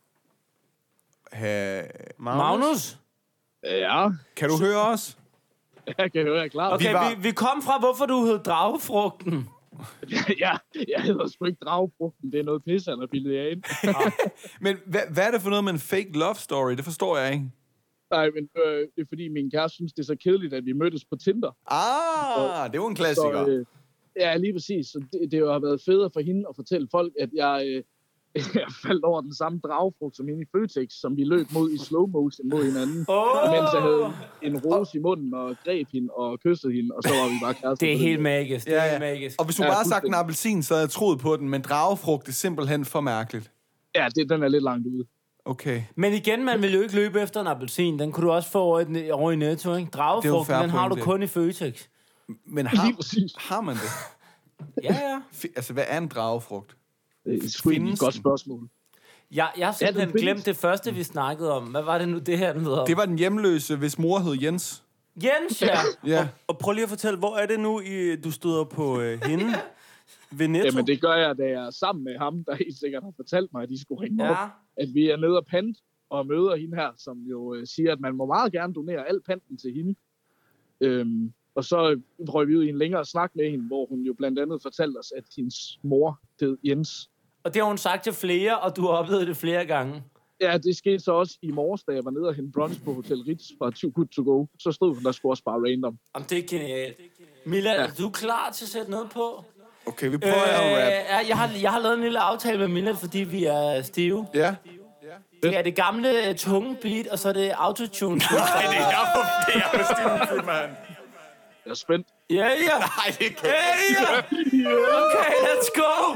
Ha, Magnus? Ja, kan du høre os? jeg kan høre, jeg er klar. Okay, Vi var- vi, vi kom fra, hvorfor du hed Dragefrugten. ja, jeg hedder sgu ikke dragefrugten. Det er noget pisse, han har bildet jer ind. Men hvad, hvad er det for noget med en fake love story? Det forstår jeg ikke. Nej, men øh, det er fordi, min kæreste synes, det er så kedeligt, at vi mødtes på Tinder. Ah, det var en klassiker. Så, øh, ja, lige præcis. Så det, det har været federe for hende at fortælle folk, at jeg, øh, jeg faldt over den samme dragefrugt som hende i Føtex, som vi løb mod i slow motion mod hinanden. Oh! Mens jeg havde en rose i munden og greb hende og kyssede hende, og så var vi bare kærester. Det er helt magisk. Det er Ja, ja. helt magisk. Og hvis du Ja, bare havde sagt en fuldstændig. appelsin, så havde jeg troet på den, men dragefrugt er simpelthen for mærkeligt. Ja, det, den er lidt langt ude. Okay. Men igen, man vil jo ikke løbe efter en appelsin. Den kunne du også få over i, over i Netto, ikke? Dragefrugten, fair den har du pointe. kun i Føtex. Men Lige har, præcis. har man det? Ja, ja. Fi- Altså, hvad er en dragefrugt? Det er sgu egentlig et godt spørgsmål. Jeg, jeg har simpelthen findes. glemt det første, vi snakkede om. Hvad var det nu, det her den hedder? Det var den hjemløse, hvis mor hed Jens. Jens, ja. Ja. Og prøv lige at fortælle, hvor er det nu, I, du støder på øh, hende? Ved Netto? Jamen, det gør jeg, da jeg er sammen med ham, der helt sikkert har fortalt mig, at de skulle ringe Ja. op. At vi er nede og pant og møder hende her, som jo øh, siger, at man må meget gerne donere al panten til hende. Øhm, og så røg vi ud i en længere snak med hende, hvor hun jo blandt andet fortalte os, at hendes mor hed Jens. Og det har hun sagt til flere, og du har oplevet det flere gange. Ja, det skete så også i morges, da jeg var nede og hente brunch på Hotel Ritz fra Too Good To Go. Så stod hun der skulle også bare random. Jamen, det er genialt. Mila, ja. Er du klar til at sætte noget på? Okay, vi prøver øh, at rap. Ja, jeg, har, jeg har lavet en lille aftale med Mila, fordi vi er stive. Ja. Det er det gamle tunge beat, og så er det autotune. Nej, det er jeg på det er stive, mand. Jeg er spændt. Ja, ja. Nej, det kan ja, ja. Okay, let's go.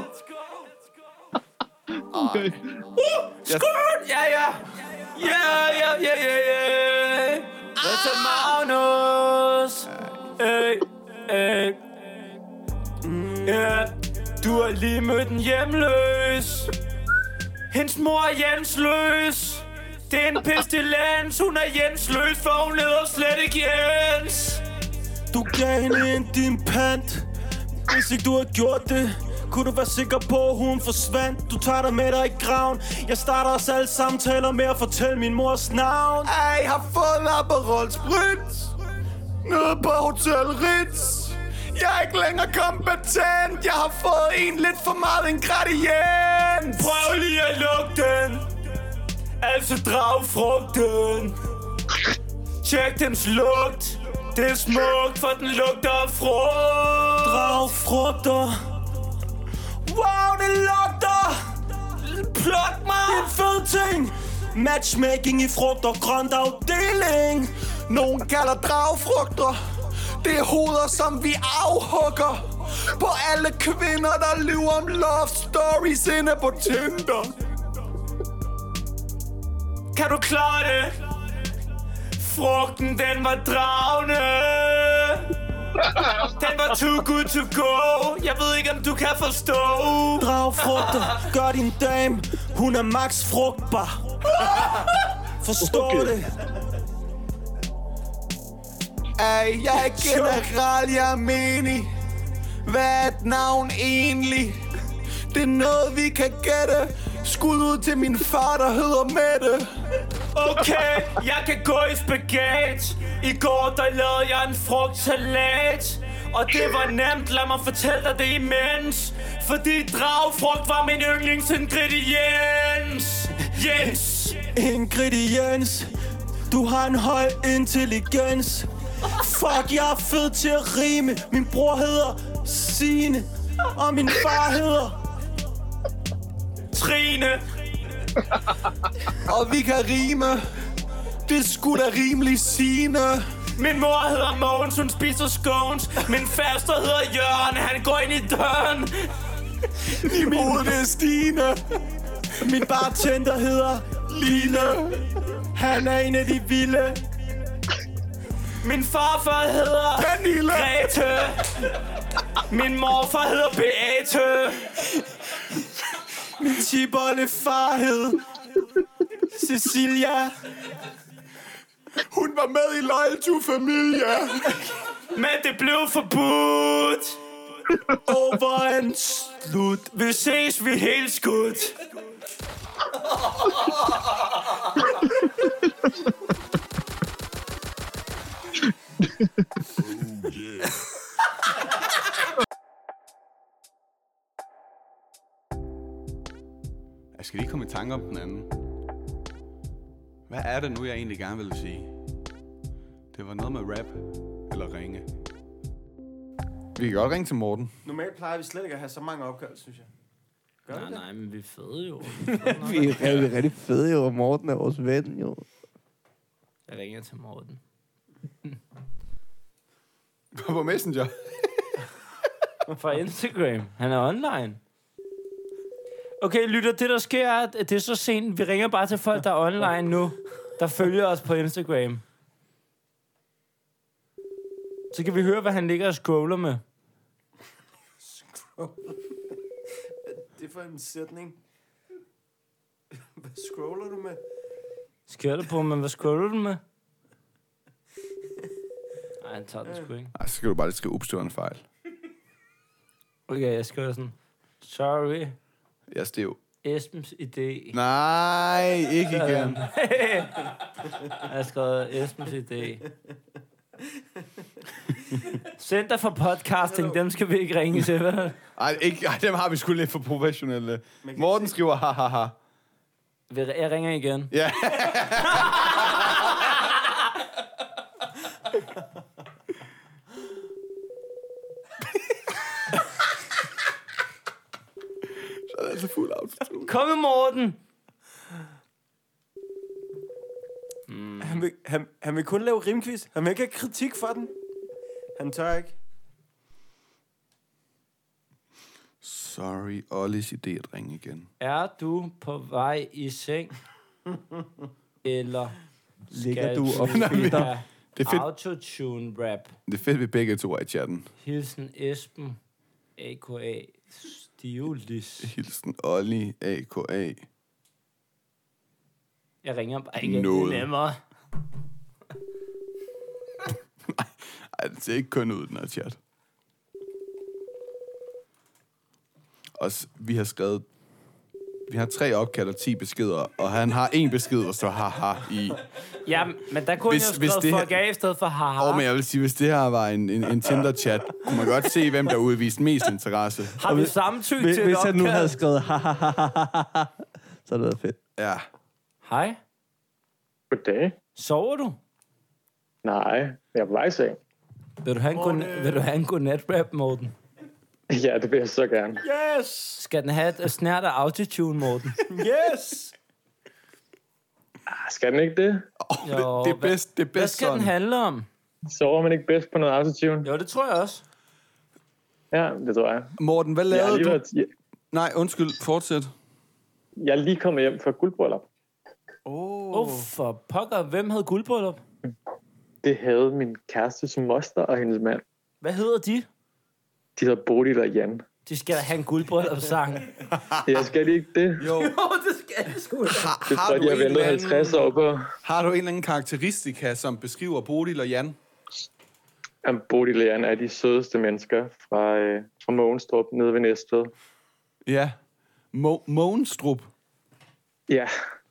Okay. Uh, skål! Ja, ja. Ja, ja, ja, ja, ja. Hvad så, Magnus? Ey, ey. Ja, du har lige mødt en hjemløs. Hendes mor er Jensløs. Det er en pestilens. Hun er Jensløs, for hun hedder slet ikke Jens. Du gav hende en din pant. Hvis ikke du har gjort det, kunne du være sikker på, at hun forsvandt. Du tager dig med dig i graven. Jeg starter os alle samtaler med at fortælle min mors navn. Ej, jeg har fået en Aperol Spritz nede på Hotel Ritz. Jeg er ikke længere kompetent. Jeg har fået en lidt for meget ingrediens. Prøv lige at lugte den. Altså dragfrugten. Tjek dens lugt. Det er smukt, for den lugter af frugt. Dragfrugter. Wow, det lugter. Pluk mig. Det er en fed ting. Matchmaking i frugt og grønt afdeling. Nogen kalder dragfrugter. Det er hoveder, som vi afhugger på alle kvinder, der lyver om love stories inde på Tinder. Kan du klare det? Frugten, den var dragende. Den var too good to go. Jeg ved ikke, om du kan forstå. Dragfrugter gør din dame. Hun er max frugtbar. Forstår okay. det? Ej, jeg er general, jeg er menig. Hvad er et navn egentlig? Det er noget, vi kan gætte. Skud ud til min far, der hedder Mette. Okay, jeg kan gå i spagat. I går, der lavede jeg en frugtsalat. Og det var nemt, lad mig fortælle dig det imens. Fordi dragfrugt var min yndlingsingrediens. Jens. Ingrediens. Du har en høj intelligens. Fuck, jeg er fed til at rime. Min bror hedder Signe. Og min far hedder Trine. Og vi kan rime. Det er sgu da rimelig Signe. Min mor hedder Mogens, hun spiser scones. Min faster hedder Jørgen, han går ind i døren. Min hoved er Stine. Min bartender hedder Line. Han er en af de vilde. Min farfar hedder Pernille. Grete. Min morfar hedder Beate. Min tibolle far hed Cecilia. Hun var med i Loyal to Familia. Men det blev forbudt. Over en slut. Vi ses, vi er helt skudt. Jeg skal lige komme i tanke om den anden. Hvad er det nu, jeg egentlig gerne ville sige? Det var noget med rap eller ringe. Vi kan godt ringe til Morten. Normalt plejer vi slet ikke at have så mange opkald, synes jeg. Gør nej, det? nej, men vi er fede jo. Vi er rigtig, rigtig fede jo, Morten er vores ven jo. Jeg ringer til Morten. På Messenger. Fra Instagram. Han er online. Okay, lytter, det der sker er, at det er så sent. Vi ringer bare til folk, der er online nu, der følger os på Instagram. Så kan vi høre, hvad han ligger og scroller med. Scroller? Det er for en sætning. Hvad scroller du med? Skør det på, men hvad scroller du med? Nej, han tager det sgu ikke. Nej, så skal du bare lige skrive opstående fejl. Okay, jeg skriver sådan. Sorry. Jeg er stiv. Esbens idé. Nej, ikke igen. Jeg har skrevet Esbens idé. Center for podcasting, dem skal vi ikke ringe til, vel? Ej, ikke, ej, dem har vi sgu lidt for professionelle. Morten skriver ha ha ha. Jeg ringer igen. Ja. Så er det altså fuld autotune. Kom med Morten! Mm. Han, vil, han, han vil kun lave rimquiz. Han vil ikke have kritik for den. Han tør ikke. Sorry, Ollis idé at ringe igen. Er du på vej i seng? Eller ligger du og fedter? Det er fedt. Autotune rap. Det er fedt, vi begge to er i chatten. Hilsen Esben, A K A Stiulis. Hilsen Olli, A K A. Jeg ringer bare igen. Noget. Det er nemmere. Ej, det ser ikke kun ud, den her chat. Og s- vi har skrevet... Vi har tre opkald og ti beskeder, og han har en besked, hvor står haha i. Ja, men der kunne Hvis- jeg jo hvis skrive det her- fuck af i stedet for haha. Og men jeg vil sige, hvis det her var en, en, en Tinder-chat, kunne man godt se, hvem der udviste mest interesse. Har vi samtykke Hvis, til et hvis han nu opkald? havde skrevet ha ha ha ha ha, så havde det været fedt. Ja. Hej. Goddag. Sover du? Nej, jeg er på vej i seng. Vil du have en, god, vil du have en godnat-rap, Morten? Ja, det vil jeg så gerne. Yes! Skal den have et snært af autotune, Morten? Yes! Ah, skal den ikke det? Oh, Jo, det, det er bedst, det er Hvad bedst skal sådan. den handle om? Sover man ikke bedst på noget autotune? Jo, det tror jeg også. Ja, det tror jeg. Morten, hvad Jeg har lavede lige du? været, jeg, Nej, undskyld, fortsæt. jeg er lige kommet hjem fra guldbryllup. Åh, oh, for pokker. Hvem havde guldbryllup? Det havde min kærestes moster og hendes mand. Hvad hedder de? De hedder Bodil og Jan. De skal have en guldbryllup-sang. Jeg skal ikke det. Jo. Jo, det skal jeg sgu. Har, Det har, tror du jeg, de har en ventet eller anden- halvtreds år på. har du en eller anden karakteristika, som beskriver Bodil og Jan? Jamen, Bodil og Jan er de sødeste mennesker fra, øh, fra Mogenstrup nede ved Næstved. Ja. Mo- Mogenstrup. Ja.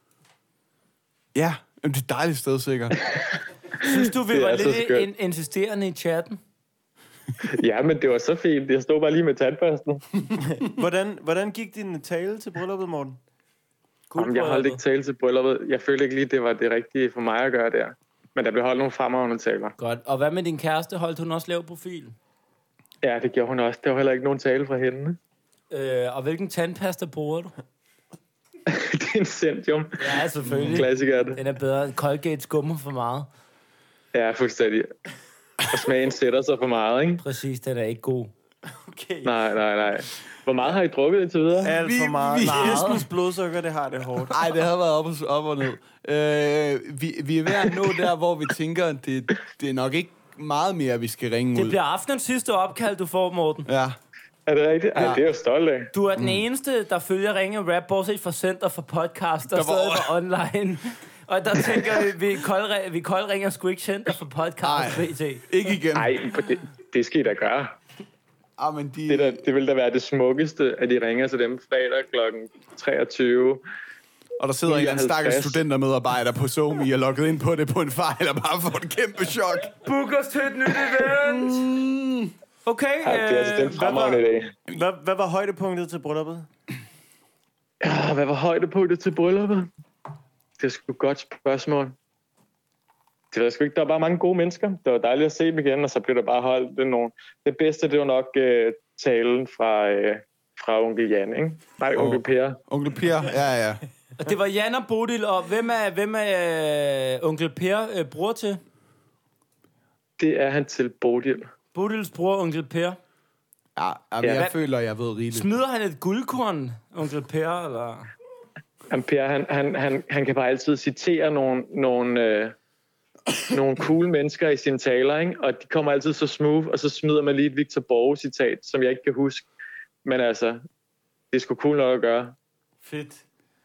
Ja, jamen, det er et dejligt sted, sikkert. Synes du, vi Det var er så lidt skønt. in- insisterende i chatten? Ja, men det var så fint. Jeg stod bare lige med tandbørsten. Hvordan, hvordan gik din tale til brylluppet, Morten? Jamen, jeg holdt ikke tale til brylluppet. Jeg følte ikke lige, det var det rigtige for mig at gøre der. Men der blev holdt nogle fremragende taler. Godt. Og hvad med din kæreste? Holdt hun også lav profil? Ja, det gjorde hun også. Der var heller ikke nogen tale fra hende. Øh, og hvilken tandpasta bruger du? Det er en Centium. Ja, selvfølgelig. Klassiker er det. Den er bedre. Colgate skummer for meget. Ja, fuldstændig. Og smagen sætter sig for meget, ikke? Præcis, den er ikke god. Okay. Nej, nej, nej. Hvor meget har I drukket indtil videre? Alt for Vi- meget. vi- Vi, Esbens blodsukker, det har det hårdt. Nej, det har været op og, op og ned. Øh, vi, vi er ved at nå der, hvor vi tænker, at det, det er nok ikke meget mere, vi skal ringe Det ud. bliver aftenens sidste opkald, du får, Morten. Ja. Er det rigtigt? Ej, Ja. det er jeg stolt af. Du er den eneste, der følger Ringe Rap, bortset fra Center for Podcast, der Der var- stadig var online. Og der tænker vi, vi, kold, vi koldringer sgu ikke Center for Podcast, Ej. B T. Ikke igen. Nej, det, det skal I da gøre. Ah, men de... Det, der, det vil da være det smukkeste, at de ringer til dem fredag klokken treogtyve. Og der sidder en eller anden stakkels nioghalvtreds. studentermedarbejder på SoMe og logget ind på det på en fejl og bare får et kæmpe chok. Book os til et nyt event! Okay, Ja, det er altså den hvad fremragende var- dag. Hvad, hvad var højdepunktet til brylluppet? Ja, hvad var højdepunktet til brylluppet? Det er sgu et godt spørgsmål. Det ved jeg sgu ikke. Der var bare mange gode mennesker. Det var dejligt at se dem igen, og så blev der bare holdt det nogle. Det bedste, det var nok uh, talen fra, uh, fra onkel Jan, ikke? Nej, onkel Per. Onkel Per, ja, ja. Og det var Jan og Bodil, og hvem er, hvem er øh, onkel Per øh, bror til? Det er han til Bodil. Bodils bror, onkel Per. Ja, jamen, Ja. jeg føler, jeg ved rigeligt. Smider han et guldkorn, onkel Per, eller? Han, Per, han, han, han, han kan bare altid citere nogle, nogle, øh, nogle cool mennesker i sine taler, ikke? Og de kommer altid så smooth, og så smider man lige et Victor Borge-citat, som jeg ikke kan huske. Men altså, det er sgu cool nok at gøre. Fedt.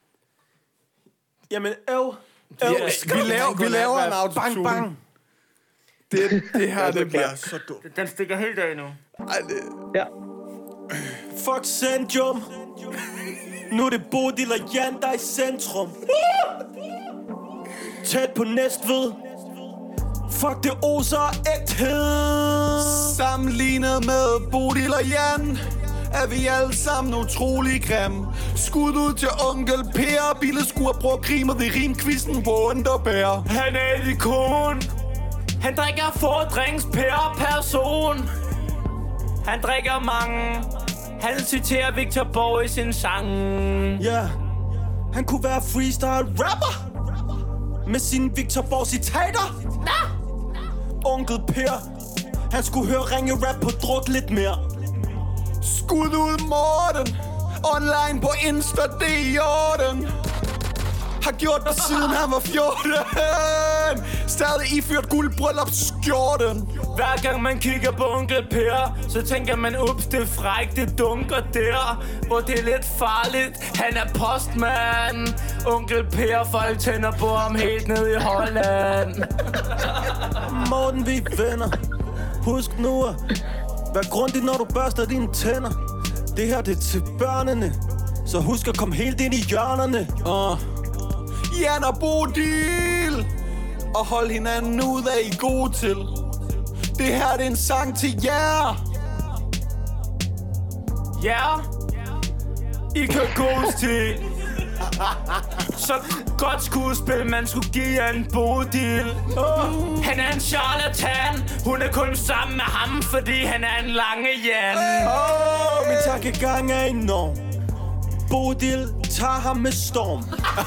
Jamen, øv. Ja, Øv. vi laver, vi laver en autotune. Bang, bang. Det, det her, det bliver så dumt. Den stikker helt af nu. Ej, det... Ja. fuck Centrum. Nu er det Bodil og Jan, der er i centrum. Tæt på Næstved. Fuck, det oser ægthed. Sammenlignet med Bodil og Jan er vi alle sammen utrolig grim. Skud ud til onkel Per. Billeskur bruger grimet i rimquizzen på underbær. Han er et ikon. Han drikker få drinks per person. Han drikker mange. Han citerer Victor Borg i sin sang. Ja, yeah. Han kunne være freestyle rapper med sine Victor Borg citater. Nah. Onkel Per, han skulle høre ringe rap på druk lidt mere. Skud ud Morten. Online på Insta, det er i orden. Har gjort det siden han var fjorten. Stadig iført guldbryllupsskjorten. Hver gang man kigger på onkel Per, så tænker man, ups, det er frækt, det dunker der, hvor det er lidt farligt. Han er postmand. Onkel Per, folk tænder på ham helt ned i Holland. Morten, vi er venner. Husk nu at vær grundig, når du børster dine tænder. Det her, det er til børnene, så husk at komme helt ind i hjørnerne. uh. Jan og Bodil, og hold hinanden ud af, I gode til. Det her, det er en sang til jer. Ja, I kan gås til. Så godt skuespil, man skulle give en Bodil. Oh. Han er en charlatan. Hun er kun sammen med ham, fordi han er en lange Jan. Åh, oh, min tankegang er enorm. Bodil tager ham med storm.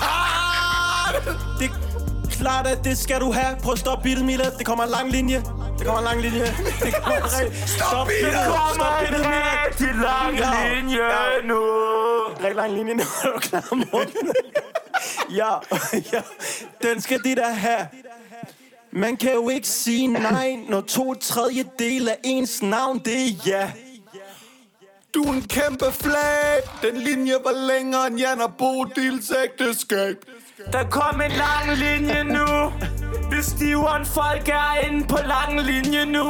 Det er klart, at det skal du have. Prøv at stoppe beatet, Mila. Det kommer en lang linje. Det kommer en lang linje. Det kommer en rigtig... Stop beatet! Det kommer en rigtig lang linje nu. Rigtig lang linje nu. Er du klar, Morten? Ja, ja. Den skal de der have. Man kan jo ikke sige nej, når to tredjedel af ens navn, det er ja. Du er en kæmpe flag. Den linje var længere end Jan og Bodils ægteskab. Der kom en lang linje nu. Hvis stiveren folk er inde på lang linje nu.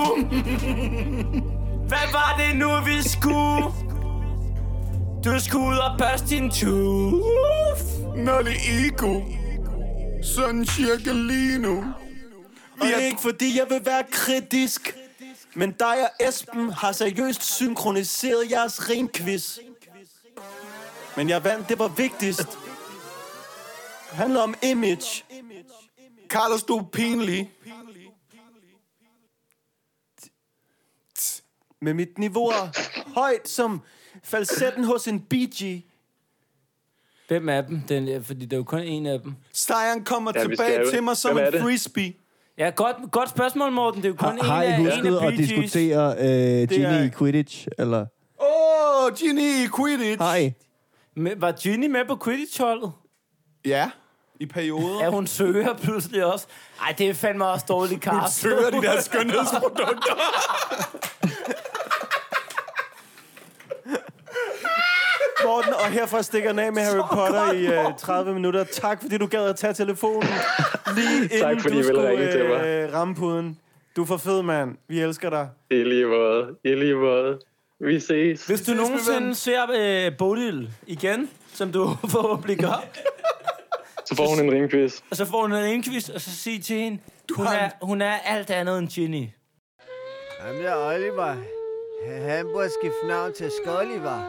Hvad var det nu, vi skulle? Du skulle ud og børste din tooth. Nolly Ego. Sådan cirka lige nu. Og ikke fordi jeg vil være kritisk, men dig og Esben har seriøst synkroniseret jeres rimquiz. Men jeg vandt, det var vigtigst. Det handler om image. Carlos, du er pinlig. Med mit niveau er højt som falsetten hos en B G. Hvem er dem? Den er, fordi der er jo kun en af dem. Sejren kommer Ja, tilbage skal- til mig som Hvem er en det? frisbee. Ja, godt, godt spørgsmål, Morten. Det er jo kun Har, har I en af, en husket af at Bee Gees. diskutere øh, Ginny er- i Quidditch? Eller? Åh, oh, Ginny i Quidditch. Har I? Men var Ginny med på Quidditch-holdet? Ja, i perioder. Ja, hun søger pludselig også. Ej, det er fandme også dårligt, Hun Carsten. søger de der skønhedsprodukter. Morten, og herfra stikker den af med Harry Potter i uh, tredive minutter. Tak, fordi du gad at tage telefonen lige inden Tak, fordi du I ville skulle ringe til mig. øh, ramme puden. Du er for fed, mand. Vi elsker dig. I lige måde. I lige måde. Vi ses. Hvis du nogensinde ser øh, Bodil igen, som du forhåbentlig gør, Så får hun en ringquiz. og så får hun en indquiz, og så sig til hende, hun er, hun er alt andet end Ginny. Ham der Oliver, han burde skifte navn til Skolliver.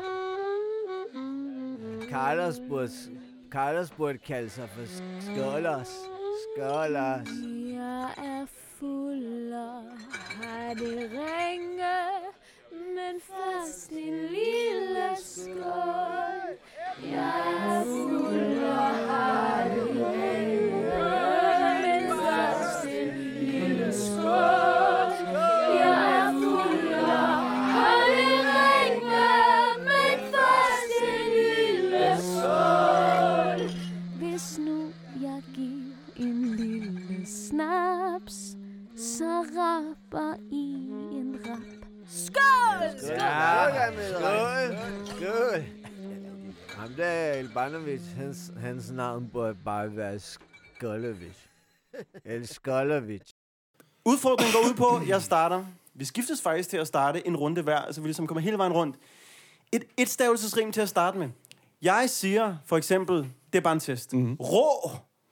Carlos burde, Carlos burde kalde sig for Skollers. Skollers. Jeg er fuld og har det ringe, men først en lille skål. Jeg er fuld og har det ringe, men først en lille skål. Jeg er fuld og har det ringe, men først en lille skål. Hvis nu jeg giver en lille snaps, så rapper I en rap. Skål! Skål! Ja, skål! Skål! Ham der Elbanovic, hans, hans navn burde bare være Skollevic. El Skollevic. Udfordringen går ud på, jeg starter. Vi skiftes faktisk til at starte en runde hver, så vi ligesom kommer hele vejen rundt. et etstavelsesrim til at starte med. Jeg siger for eksempel, det er bare en test. Mm-hmm. Rå.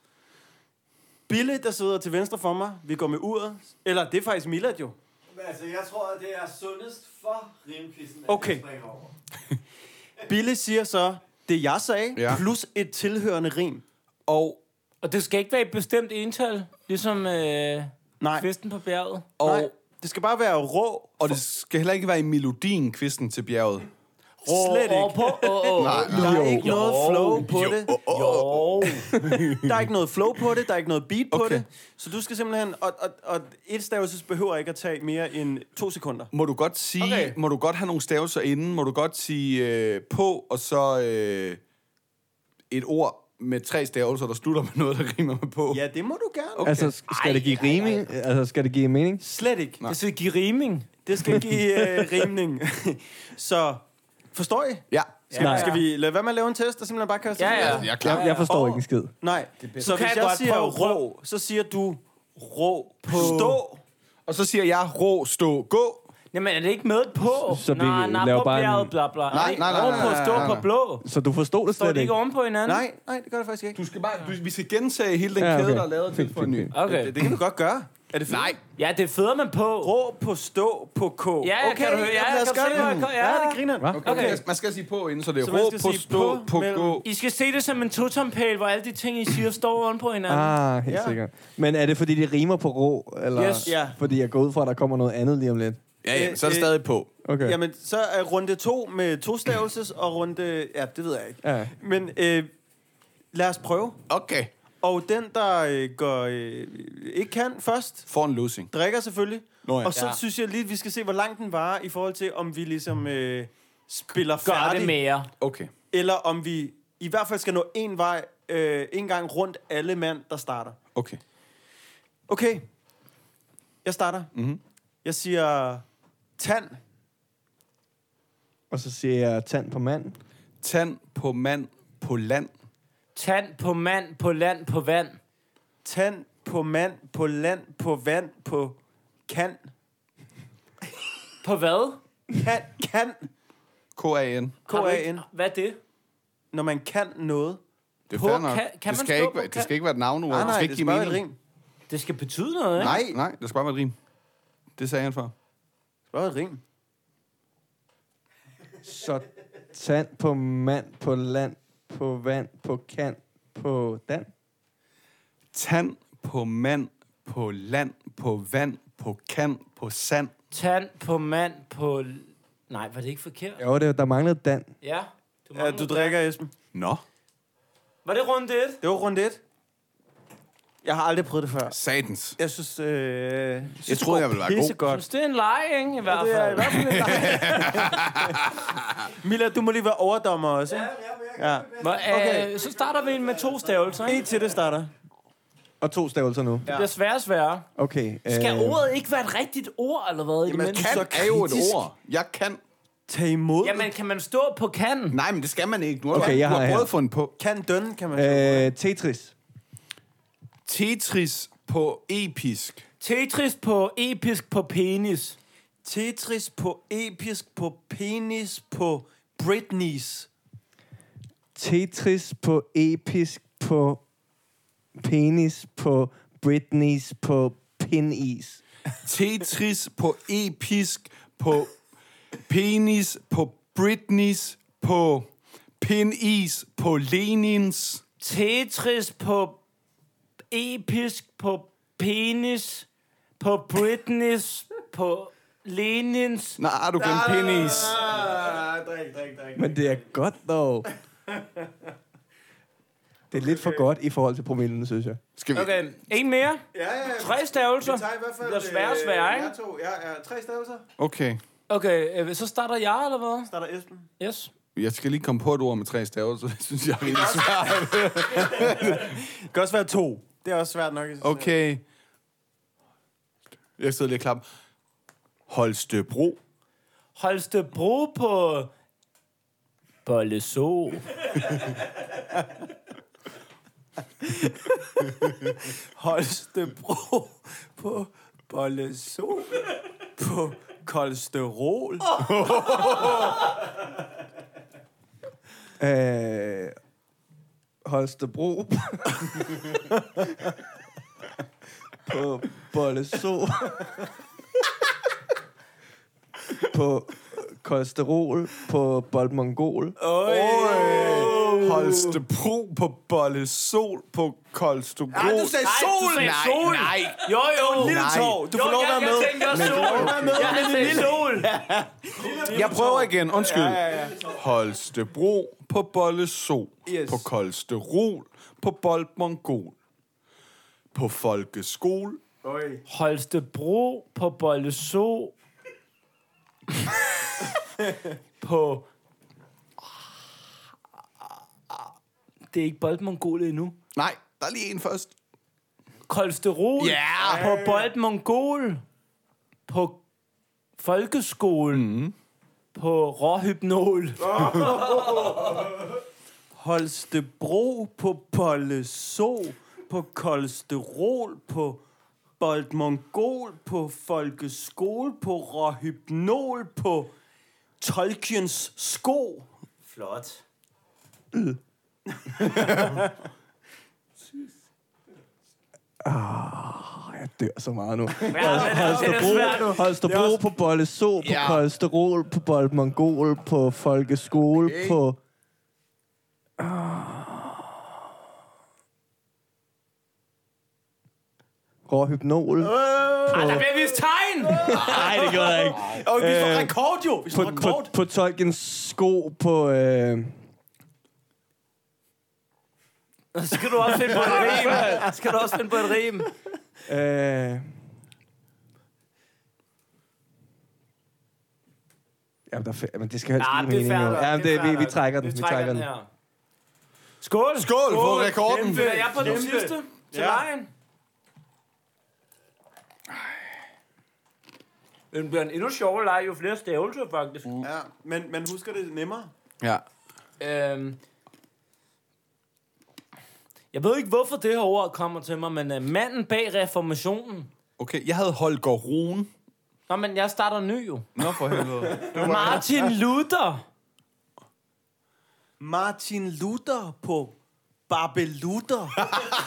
Bille, der sidder til venstre for mig. Vi går med uret. Eller det er faktisk Milad jo. Altså, jeg tror, at det er sundest for rimkvisten, at okay. jeg springer over. Bille siger så, det jeg sagde, ja. plus et tilhørende rim. Og, og det skal ikke være et bestemt ental, ligesom øh, nej. Kvisten på bjerget. Og nej, det skal bare være rå. Og det skal heller ikke være i melodien, Kvisten til bjerget. Rå, Slet ikke. På, oh, oh. Nej, der er ikke jo. noget flow på jo. det. Jo. Der er ikke noget flow på det, der er ikke noget beat okay. på det. Så du skal simpelthen... Og, og, og et stavelses behøver ikke at tage mere end to sekunder. Må du godt sige... Okay. Må du godt have nogle stavelser inden? Må du godt sige øh, på, og så øh, et ord med tre stavelser, der slutter med noget, der rimer med på? Ja, det må du gerne. Okay. Altså, skal ej, det give riming? Ej, ej. Altså, skal det give mening? Slet ikke. Nej. Det skal give riming. Det skal give øh, rimning. Så... Forstår I? Ja. Skal, ja. skal vi lade være med at lave en test, og simpelthen bare kaste ja, ja. Jeg, er klar. jeg, jeg forstår oh. ikke en skid. Nej. Så hvis jeg siger rå, så siger du rå på stå. Og så siger jeg rå, stå, gå. Jamen, er det ikke med på? Så vi nej, nej, på bjerget, bla, bla. Nej, nej, nej, nej, på stå på blå. Så du forstod det slet ikke? Står det ikke oven på hinanden? Nej, nej, det gør det faktisk ikke. Du skal bare, du, vi skal gentage hele den ja, okay. kæde, der er lavet til for en ny. Okay. Det, det kan du godt gøre. Er det fedt? Nej. Ja, det føder man på. Rå på stå på k. Ja, ja, okay, kan du høre? Ja, lad os gøre det. Ja, det griner. Okay. Okay. Man skal sige på inden, så det er så rå på stå på gå. I skal se det som en totompæl, hvor alle de ting, I siger, står oven på hinanden. Ah, helt ja. sikkert. Men er det, fordi de rimer på rå? Eller yes. ja. fordi jeg går ud fra, at der kommer noget andet lige om lidt? Ja, ja, så er det stadig på. Okay. Jamen, så er runde to med to stavelses, og runde... Ja, det ved jeg ikke. Ja. Men øh, lad os prøve. Okay. Og den, der øh, går, øh, ikke kan først... For en losing. Drikker selvfølgelig. Nå ja. Og så ja. synes jeg lige, vi skal se, hvor lang den varer, i forhold til, om vi ligesom øh, spiller Gør færdig. det mere. Okay. Eller om vi i hvert fald skal nå en vej, øh, en gang rundt alle mand, der starter. Okay. Okay. Jeg starter. Mm-hmm. Jeg siger tand. Og så siger jeg tand på mand. Tand på mand på land. Tand på mand på land på vand. Tand på mand på land på vand på kan. På hvad? Kan. Kan. K-A-N. K-A-N. Hvad er det? Når man kan noget. Det er på, fair nok. Kan, kan det, man skal stå ikke, på, være, det skal ikke være et navnord. Nej, nej, det skal det ikke skal give bare mening. være et rim. Det skal betyde noget, ikke? Nej, nej, det skal bare være et rim. Det sagde han før. Det skal bare være et rim. Så tand på mand på land på vand på kan på dan. Tand på mand på land på vand på kan på sand. Tand på mand på... Nej, var det ikke forkert? Jo, det, der manglede dan. Ja. Du, ja, du drikker, Esben. Nå. Var det rundt et? Det var rundt et. Jeg har aldrig prøvet det før. Satans. Jeg synes, øh, jeg, synes jeg troede, jeg ville være god. godt. Jeg synes, det er en leg, ikke? I hvert ja, det er fald. i hvert fald en leg. Mila, du må lige være overdommer også, ikke? Ja, ja, ja. Okay. Øh, så starter vi med to stavelser, ikke? En til det starter. Og to stavelser nu. Det bliver sværere og sværere. Okay. Skal øh... ordet ikke være et rigtigt ord, eller hvad? Jamen, kan så er jo et ord. Jeg kan... Tage imod. Jamen, kan man stå på kan? Nej, men det skal man ikke. Nu har okay, du, jeg du har har prøvet fundet på. Kan døn, kan man øh, Tetris. Tetris på episk. Tetris på episk på penis. Tetris på episk på penis på Britneys. Tetris på episk på penis på Britneys på pinis. Tetris på episk på penis på Britneys på pinis på Lenins. Tetris på episk på penis på Britneys på Lenins. Nej, du kan penis. Drik, drik, drik. Men det er godt, dog. Det er lidt for godt i forhold til promillen, synes jeg. Skal vi? Okay, en mere. Ja, ja, ja. Tre stavelser. Vi tager i hvert fald... Det er svære, svære, ikke? Jeg to, ja, ja. Tre stavelser. Okay. Okay, øh, så starter jeg, eller hvad? Starter Esben. Yes. Jeg skal lige komme på et ord med tre staver, så det synes jeg er rigtig svært. Det kan også være to. Det er også svært nok. Okay. Jeg sidder lige og klapper. Holstebro. Holstebro på... Bolleså. Holstebro på Bolleså på kolesterol. Øh, Holstebro. På Bolleså. På Kolsterol. På Boldmongol. Oj. Holstebro på Bollesol på Kolsterol. Nej, du sagde sol! Nej, sol! nej. Jo, jo. Lille tår. Du får lov at være med. Jeg tænkte også sol. Jeg sagde sol. Jeg prøver igen. Undskyld. Ja, ja, ja. Holstebro på Bollesol. Yes. På Kolsterol. På Boldmongol. På folkeskole. Holstebro på Bolleså. På... Det er ikke Boldmongolet endnu. Nej, der er lige en først. Kolsterol. Ja. På Boldmongol. På folkeskolen. Mm. På råhypnol. Holstebro på Bolleså. På Kolsterol. På Boldmongol. På folkeskole. På råhypnol. På Tolkiens sko. Flot. Mm. Ah, jeg dør så meget nu. Holstebro, Holstebro på Bolleså, på Ja. Kolsterol, på Boldmongol, på folkeskole, Okay. på... Råhypnol. Ej, der bliver vist tegn! Nej, det gjorde jeg ikke. Og vi får Øh, rekord jo. Vi får På, rekord. på, på Tolkiens sko, på... Øh, Så skal du også finde på et rim. Skal du også finde på et rim. øh, Jamen, der, er fa- men det skal helst Ja, give det er mening, fair jo. nok, Ja, det det, er vi, fair vi nok. trækker den. Vi Vi trækker trækker den den. her. Skål! Skål for rekorden. Kæmpe. Jeg er på den Kæmpe. sidste til Ja. lejen. Den bliver en endnu sjovere leg, jo flere stavelser, faktisk. Mm. Ja, men, men husker det nemmere? Ja. Øhm. Jeg ved ikke, hvorfor det her ord kommer til mig, men uh, manden bag reformationen. Okay, jeg havde Holger Rune. Nå, men jeg starter ny jo. Nå for helvede. Martin Luther. Martin Luther på Babelutter.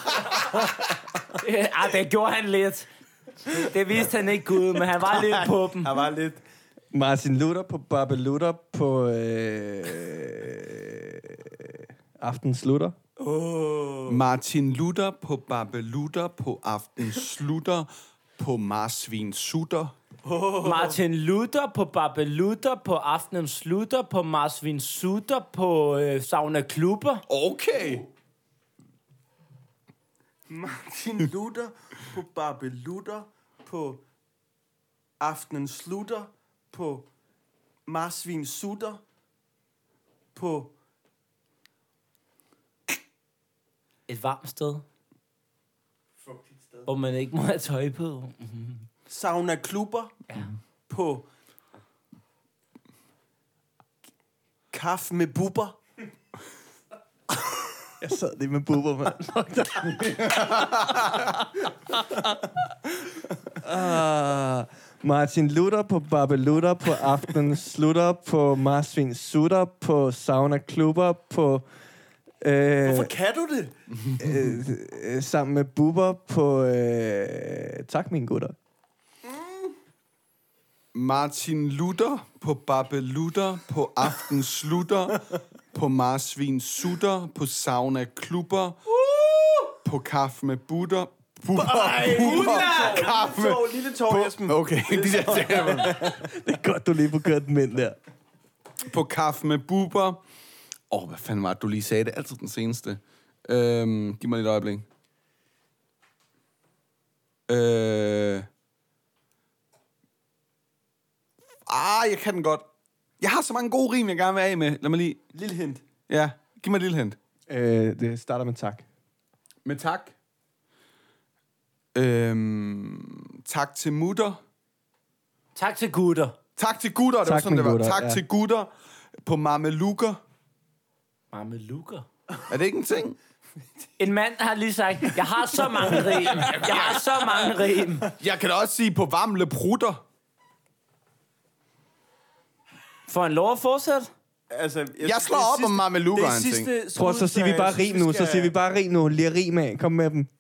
Ej, det gjorde han lidt. Det viste han ikke Gud, men han var lidt på dem. Han var lidt... Martin Luther på Babelutter på øh, Aftens Lutter. Oh. Martin Luther på Babelutter på Aften Slutter på Marsvin Sutter. Oh. Martin Luther på Babelutter på Aftenen Slutter på Marsvin Sutter på øh, Sauna Klubber. Okay. Martin Luther på Babelutter på Aftenen Slutter på Marsvin Sutter på Et varmt sted. Hvor man ikke må have tøj på. Mm-hmm. Sauna Klubber Ja. på Kaffe med bubber. Jeg sad lige med bubber, mand. uh, Martin Luther på Babelutter på Aftens Slutter på Marsvin Sutter på Sauna Klubber på... Øh, Hvorfor kan du det? øh, øh, sammen med bubber på... Øh, tak, mine gutter. Martin Luther på Babelutter på Aften Slutter på Marsvin Sutter på Sauna Klubber på Kaffe med butter. Bubber. Kaffe. Tår, lille tår, Jesper. Okay, de der ting. Det er godt, du lige får kørt den ind der. På Kaffe med bubber. Åh, oh, hvad fanden var det, du lige sagde? Det er altid den seneste. Øhm, giv mig lidt øjeblik. Øh... Ah, jeg kan den godt. Jeg har så mange gode rim, jeg gerne vil af med. Lad mig lige... Lille hint. Ja, giv mig et lille hint. Øh, det starter med tak. Med tak. Øhm, tak til mutter. Tak til gutter. Tak til gutter, det Tak, var sådan, mine det var. gutter, Tak ja. til gutter på mamelukker. Mamelukker. Er det ikke en ting? En mand har lige sagt, jeg har så mange rim. Jeg har så mange rim. Jeg kan da også sige på varmle prutter. For en lov at fortsætte? Altså, jeg, Jeg slår op om Mamelukker, det er han ting. sidste Prøv, så siger vi bare rim nu, så siger vi bare rim nu. Lige rim af, kom med dem.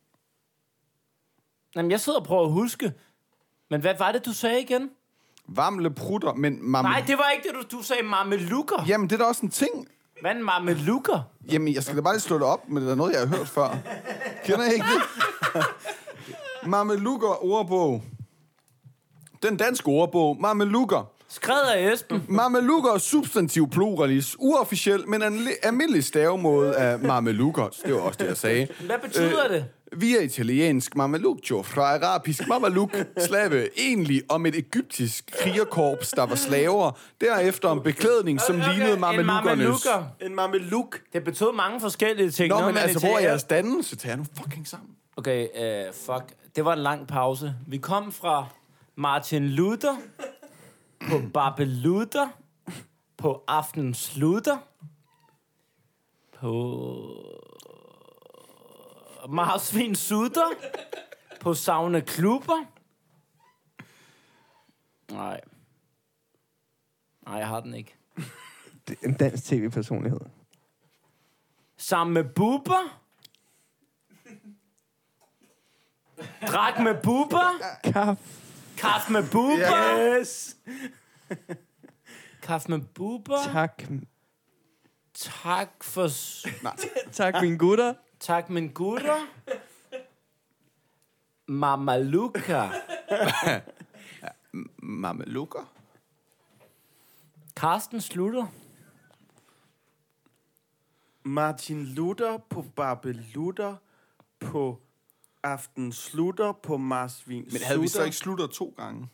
Jamen, jeg sidder og prøver at huske. Men hvad var det, du sagde igen? Vamle prutter, men... Mame... Nej, det var ikke det, du, du sagde mamelukker. Jamen, det er da også en ting. Hvad er en mamelukker? Jamen, jeg skal da bare lige slå det op, men det er noget, jeg har hørt før. Kender I ikke det? Mamelukker ordbog. Den danske ordbog. Mamelukker. Skrevet af Esben. Mamelukker substantiv pluralis. Uofficiel, men en almindelig stavemåde af mamelukker. Det var også det, jeg sagde. Hvad betyder øh, det? Via italiensk mameluccio, fra arabisk mamaluk, slave, egentlig om et egyptisk krigerkorps, der var slaver, derefter om beklædning, som okay, lignede mamelukkernes. En mameluk. Det betød mange forskellige ting. Nå, Nå, men altså, hvor er jeres dannelse? Tag nu fucking sammen. Okay, uh, fuck. Det var en lang pause. Vi kom fra Martin Luther, på Babelutter, på Aftenslutter, på Marsvin Sutter, på Sauna Klubber. Nej. Nej, jeg har den ikke. Det er en dansk tv-personlighed. Sammen med Bubber. Drak med Bubber. Kaffe. Kaffe med Bubber. Yes. Kaffe med Bubber. Tak. Tak for... Nej. Tak, mine gutter. Tak, mine gutter. Mamaluka. Mamelukker? Karsten slutter. Martin Luther på Babelutter, på Aften Slutter, på Marsvin. Men havde vi så ikke slutter to gange?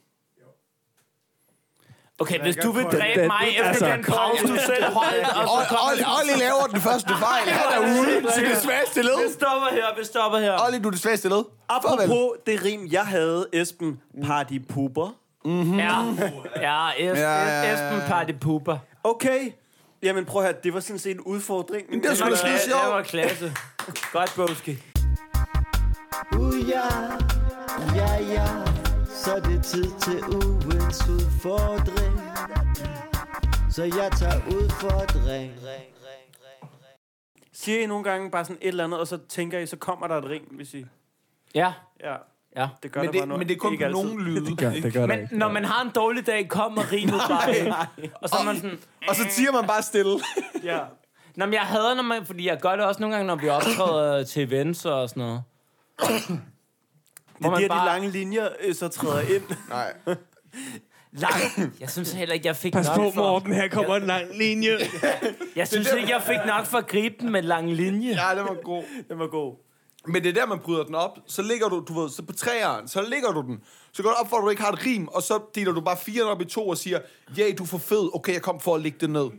Okay, hvis du vil dræbe mig efter altså, den pause, du selv holdt, og så kommer... Olli laver den første fejl. Han er ude til det svageste led. Vi stopper her, vi stopper her. Olli, du er det svageste led. Apropos det rim, jeg havde, Esben, party pooper. Mm-hmm. Ja, ja, Esben, Ja, ja, ja. Esben party pooper. Okay. Jamen prøv at høre, det var sådan set en udfordring. Men det er sgu da skide sjovt. Det var klasse. Godt, Boski. Uh, ja, ja, ja, så det er tid til ugens udfordring. Så jeg tager udfordring. Siger I nogle gange bare sådan et eller andet, og så tænker I, så kommer der et rim, hvis I... Ja. Ja. Ja. Det gør Men der det, bare noget. men det er kun Ikke på altid. nogen lyde. Det gør, det gør der Men ikke. når man har en dårlig dag, kommer rimet bare ind. Og så er man sådan... Og så siger man bare stille. Ja. Nå, men jeg hader, når man... Fordi jeg gør det også nogle gange, når vi optræder til events og sådan noget. Det er man de, bare- de lange linjer, øh, så træder ind. Nej. Lang. Jeg synes heller ikke, jeg fik Pas nok på, for... Morten, her kommer en lang linje. Jeg synes ikke, jeg fik nok for at gribe den med lang linje. Ja, det var god. Den var god. Men det er der, man bryder den op. Så ligger du, du ved, så på træeren, så ligger du den. Så går du op for, at du ikke har et rim, og så deler du bare fire op i to og siger, ja, du er for fed. Okay, jeg kom for at lægge det ned.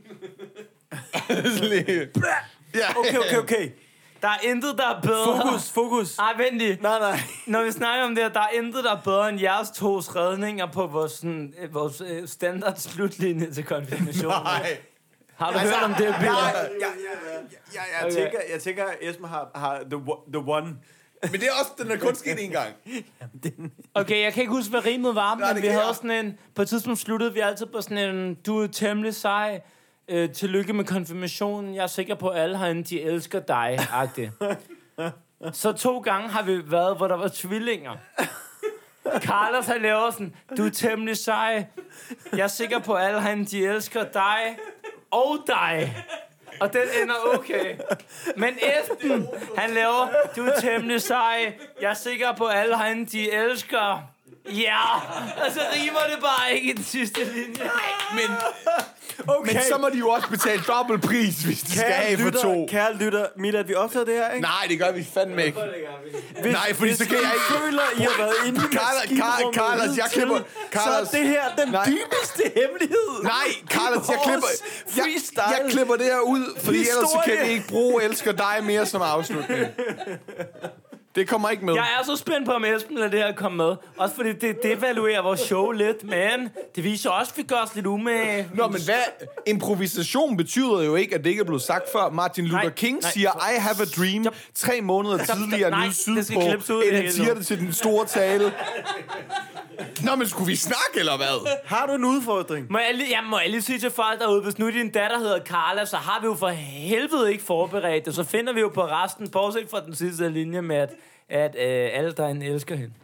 Ja. Okay, okay, okay. Der er intet, der er bedre. Fokus, fokus. Ej, vent lige. Nej, nej. Når vi snakker om det her, der er intet, der er bedre end jeres tos redninger på vores, sådan, øh, vores øh, standard slutlinje til konfirmationen. Nej. Har du altså, hørt om det, Peter? Nej, jeg, jeg, jeg, jeg, jeg, Okay. tænker, jeg tænker, at Esben har, har the, one- the one. Men det er også, den er kun sket en gang. Okay, jeg kan ikke huske, hvad rimet var, Nej, men det vi kan havde jeg. sådan en... På et tidspunkt sluttede vi altid på sådan en... Du er temmelig sej. Øh, tillykke med konfirmationen. Jeg er sikker på, at alle herinde, de elsker dig-agtigt. Så to gange har vi været, hvor der var tvillinger. Carlos har lavet sådan, du er temmelig sej. Jeg er sikker på, at alle herinde, de elsker dig. Og dig. Og den ender okay. Men Esben, han laver, du er temmelig sej. Jeg er sikker på, at alle herinde, de elsker... Ja, og så rimer det bare ikke i den sidste linje. Men, Okay. men så må de jo også betale dobbelt pris, hvis de skal have for lytter, to. kære lytter, Milad, vi optager det her, ikke? Nej, det gør vi fandme ikke. Hvis, Nej, fordi hvis så kan jeg ikke... I føler, I har været inde i Carla- maskinrummet Carla- Carlos, jeg hidtil, klipper- Carlos- så er det her den Nej. dybeste hemmelighed. Nej, Carlos, jeg klipper, Vores jeg, freestyle. jeg klipper det her ud, fordi ellers så kan Historie. vi ikke bruge Elsker dig mere som afslutning. Det kommer ikke med. Jeg er så spændt på, om Esben lader det her komme med. Også fordi det devaluerer vores show lidt, men det viser også, at vi gør os lidt umage. Nå, men hvad? Improvisation betyder jo ikke, at det ikke er blevet sagt før. Martin Luther Nej, King nej. siger, I have a dream, Stop. tre måneder Stop, stop. tidligere Nej, nu det skal sydpå, klippes ud i end det han hele siger nu. det til den store tale. Nå, men skulle vi snakke, eller hvad? Har du en udfordring? Må jeg, lige, jeg må jeg lige sige til folk derude, hvis nu din datter hedder Carla, så har vi jo for helvede ikke forberedt det. Så finder vi jo på resten, bortset fra den sidste linje med, at, at øh, alle derinde elsker hende.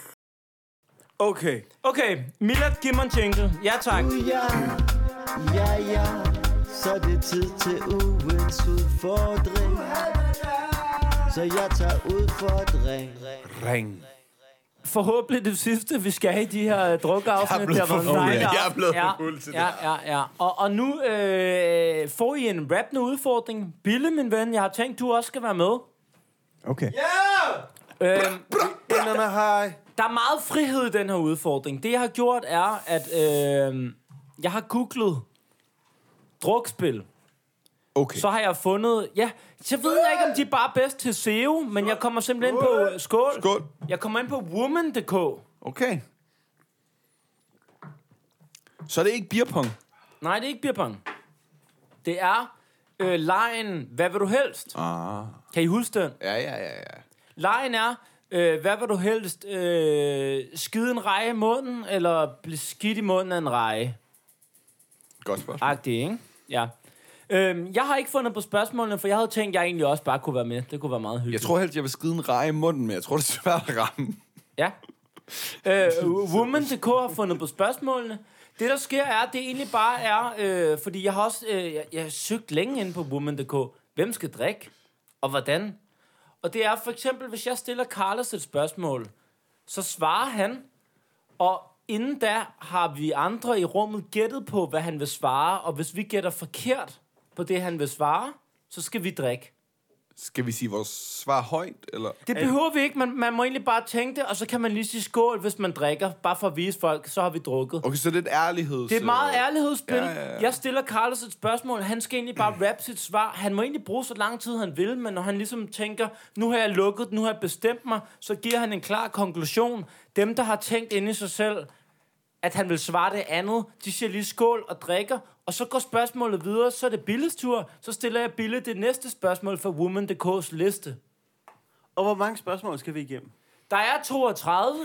Okay. Okay, Milad, giv mig en jingle. Ja, tak. Uh, ja, ja, ja, så er det tid til ugens udfordring. Så jeg tager udfordring. Ring. Forhåbentlig det sidste, vi skal have i de her drukafsnit. Jeg er blevet for fuld. Jeg er blevet for fuld til det. Ja, ja, ja. Og, og nu øh, får I en rappende udfordring. Bille, min ven, jeg har tænkt, du også skal være med. Okay. Yeah! Øhm, hej. Der er meget frihed i den her udfordring. Det, jeg har gjort, er, at øh, jeg har googlet drukspil. Okay. Så har jeg fundet... Ja, så ved jeg ikke, om de er bare bedst til S E O, men jeg kommer simpelthen ind på... Skål. Skål. Jeg kommer ind på woman punktum d k. Okay. Så er det ikke beerpong? Nej, det er ikke beerpong. Det er øh, lejen, hvad vil du helst? Ah. Kan I huske den? Ja, ja, ja, ja. Lejen er, øh, hvad vil du helst? Øh, skide en reje i munden, eller blive skidt i munden af en reje? Godt spørgsmål. Agtigt, ikke? Ja. Øhm, jeg har ikke fundet på spørgsmålene, for jeg havde tænkt, at jeg egentlig også bare kunne være med. Det kunne være meget hyggeligt. Jeg tror helst, jeg vil skide en reje i munden, men jeg tror, det er svært at ramme. Ja. Øh, woman punktum d k har fundet på spørgsmålene. Det, der sker, er, at det egentlig bare er... Øh, fordi jeg har også øh, jeg, jeg har søgt længe inde på woman punktum d k. Hvem skal drikke? Og hvordan? Og det er for eksempel, hvis jeg stiller Carlos et spørgsmål, så svarer han, og inden da har vi andre i rummet gættet på, hvad han vil svare, og hvis vi gætter forkert på det, han vil svare, så skal vi drikke. Skal vi sige vores svar højt, eller? Det behøver vi ikke. Man, man må egentlig bare tænke det, og så kan man lige sige skål, hvis man drikker. Bare for at vise folk, så har vi drukket. Okay, så det er et ærligheds... Det er et meget ærlighedsspil. Ja, ja, ja. Jeg stiller Carlos et spørgsmål. Han skal egentlig bare rappe sit svar. Han må egentlig bruge så lang tid, han vil, men når han ligesom tænker, nu har jeg lukket, nu har jeg bestemt mig, så giver han en klar konklusion. Dem, der har tænkt inde i sig selv, at han vil svare det andet, de siger lige skål og drikker, og så går spørgsmålet videre, så er det Billes tur. Så stiller jeg Bille det næste spørgsmål for woman punktum d k's liste. Og hvor mange spørgsmål skal vi igennem? Der er toogtredive.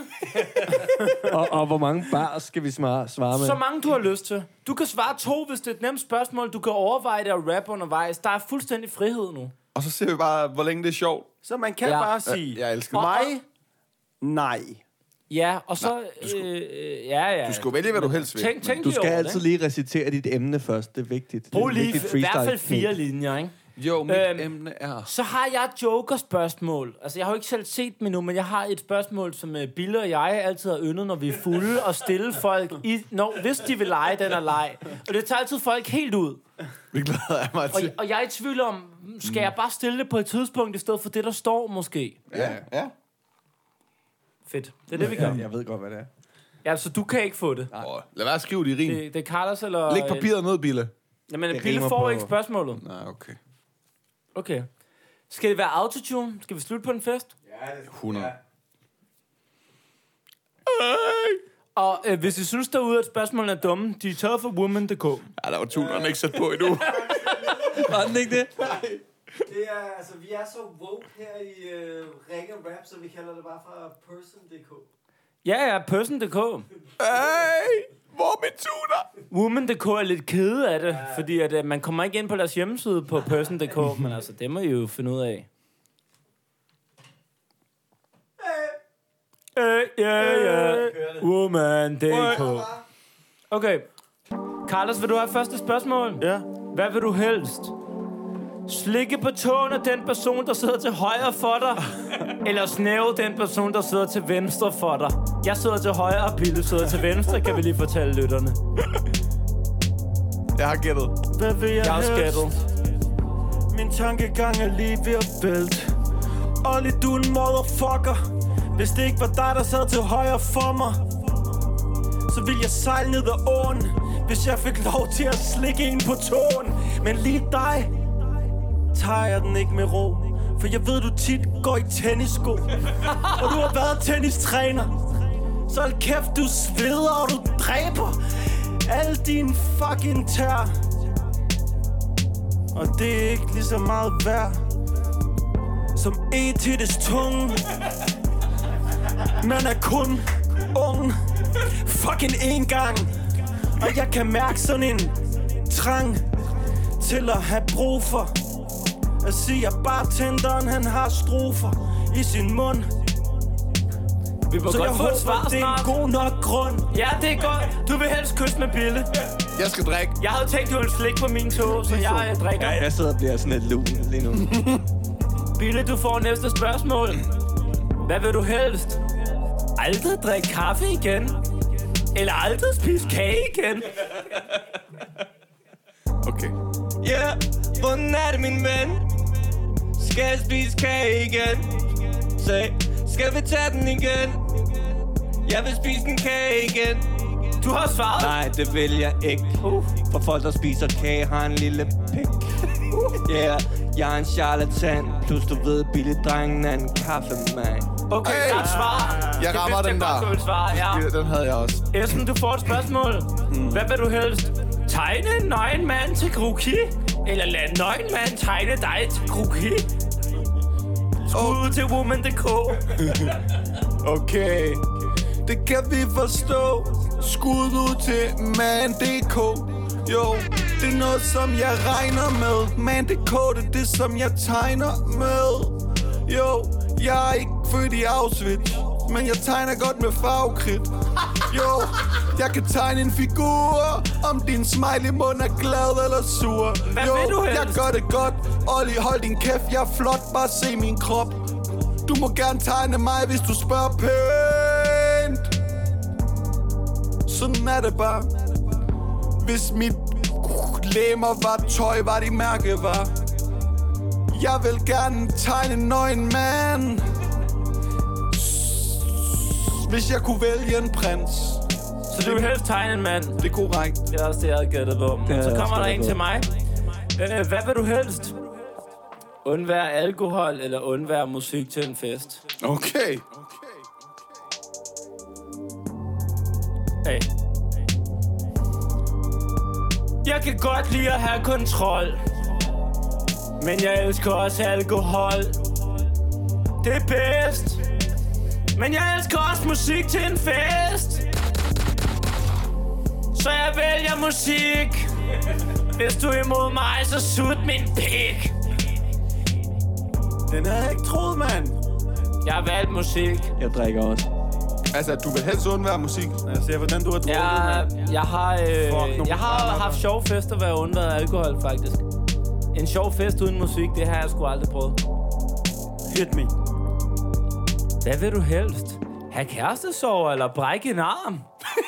og, og hvor mange bar skal vi svare, svare med? Så mange, du har lyst til. Du kan svare to, hvis det er et nemt spørgsmål. Du kan overveje det og rappe undervejs. Der er fuldstændig frihed nu. Og så ser vi bare, hvor længe det er sjovt. Så man kan Ja. bare sige, Jeg elsker mig, nej. Ja, og så... skulle- Øh, ja, ja. Du skal vælge, hvad du helst vil. Tænk, tænk Du lige skal over altid det, lige recitere dit emne først. Det er vigtigt. Brug Det er lige vigtigt i hvert fald freestyle. fire linjer, ikke? Jo, mit Øhm, emne er... Så har jeg et joker-spørgsmål. Altså, jeg har jo ikke selv set dem endnu, men jeg har et spørgsmål, som uh, Bille og jeg altid har yndet, når vi er fulde, og stille folk, i, når, hvis de vil lege den her leg. Og det tager altid folk helt ud. Det glæder jeg mig Og, til. og jeg er i tvivl om, skal jeg bare stille det på et tidspunkt, i stedet for det, der står måske? Ja, ja. Fedt. Det er det, vi gør. Jeg ved godt, hvad det er. Ja, så du kan ikke få det. Åh, lad være at skrive det i rim. Det, det er Carlos eller... Læg papiret ned, Bille. Jamen, Det Bille rimer får på- ikke spørgsmålet. Nej, okay. Okay. Skal det være autotune? Skal vi slutte på en fest? hundrede. Og øh, hvis I synes derude, at spørgsmålene er dumme, de er taget fra woman punktum d k. Ja, der var tuneren ikke sat på endnu. Var den ikke det? Det er, altså, vi er så woke her i øh, Ring and Rap, så vi kalder det bare fra person punktum d k. Ja, ja, person punktum d k. Hey, hvor er min tuner? woman punktum d k er lidt kede af det, ja. Fordi at, øh, man kommer ikke ind på deres hjemmeside på person punktum d k, men altså, det må I jo finde ud af. Øh, ja, ja, woman punktum d k. Okay. Carlos, vil du have første spørgsmål? Ja. Hvad vil du helst? Slikke på tåen af den person, der sidder til højre for dig? Eller snæve den person, der sidder til venstre for dig? Jeg sidder til højre, og Pille sidder til venstre, kan vi lige fortælle lytterne. Jeg har gættet. Hvad vil jeg Jeg har også helst? gættet. Min tankegang er lige ved at vælte. Olli, du er en motherfucker. Hvis det ikke var dig, der sad til højre for mig, så ville jeg sejle ned ad åen, hvis jeg fik lov til at slikke en på tåen. Men lige dig tager jeg den ikke med ro, for jeg ved, du tit går i tennissko. Og du har været tennistræner, så hold kæft, du sveder og du dræber alle dine fucking tær. Og det er ikke lige så meget værd som E til des tunge. Man er kun ung fucking en gang. Og jeg kan mærke sådan en trang til at have brug for at sige, at bartenderen han har strofer i sin mund. Vi må så godt jeg få håber, et svar det er en god nok grund. Ja, det er godt. Du vil helst kysse med Bille. Jeg skal drikke. Jeg havde tænkt, du ville slikke på min tog, så jeg, jeg drikker. Ja, jeg sidder og bliver sådan lidt lun lige nu. Bille, du får næste spørgsmål. Hvad vil du helst? Aldrig drikke kaffe igen? Eller aldrig spise kage igen? Okay. Ja, yeah, hvordan er det, min ven? Skal jeg spise kage igen? Sag, skal vi tage den igen? Jeg vil spise en kage igen. Du har svaret? Nej, det vil jeg ikke. Uh. For folk, der spiser kage, har en lille pik. Ja, yeah, jeg er en charlatan. Plus du ved, billigdrengen er en kaffemand. Okay, hey. Godt svar. Jeg det rammer den godt, der. Du svare, ja. Den havde jeg også. Esben, du får et spørgsmål. Hmm. Hvad vil du helst? Tegne en nøgen mand til kroki? Eller lad en nøgen mand tegne dig til kroki? Skud oh. til woman punktum d k. Okay. Det kan vi forstå. Skud ud til man punktum d k. Jo, det er noget, som jeg regner med. man punktum d k, det er det, som jeg tegner med. Jo, jeg er ikke født i Auschwitz, men jeg tegner godt med farvekridt. Jo, jeg kan tegne en figur, om din smiley-mund er glad eller sur. Hvad jo, vil du helst? Jeg gør det godt. Olli, hold din kæft, jeg er flot. Bare se min krop. Du må gerne tegne mig, hvis du spørger pænt. Sådan er det bare. Hvis mit lemmer var tøj, var de mærke var. Jeg vil gerne tegne en nøgen mand. Hvis jeg kunne vælge en prins. Så du vil helst tegne en mand? Det er korrekt. Det er også det, jeg havde gættet på. Så kommer der en til mig. Øh, hvad vil du helst? Undvær alkohol eller undvær musik til en fest? Okay. Hey. Jeg kan godt lide at have kontrol, men jeg elsker også alkohol. Det er bedst. Men jeg elsker også musik til en fest. Så jeg vælger musik. Hvis du er imod mig, så sut min pik. Den havde jeg ikke troet, mand. Jeg har valgt musik. Jeg drikker også. Altså, du vil helst undvære musik? Jeg ser, hvordan du har drukket, jeg, mand. jeg har, øh, jeg har haft sjov fester, hvor jeg undrede alkohol, faktisk. En sjov fest uden musik, det har jeg sgu aldrig prøvet. Hit me. Hvad vil du helst? Ha' kærestesorger eller brække en arm?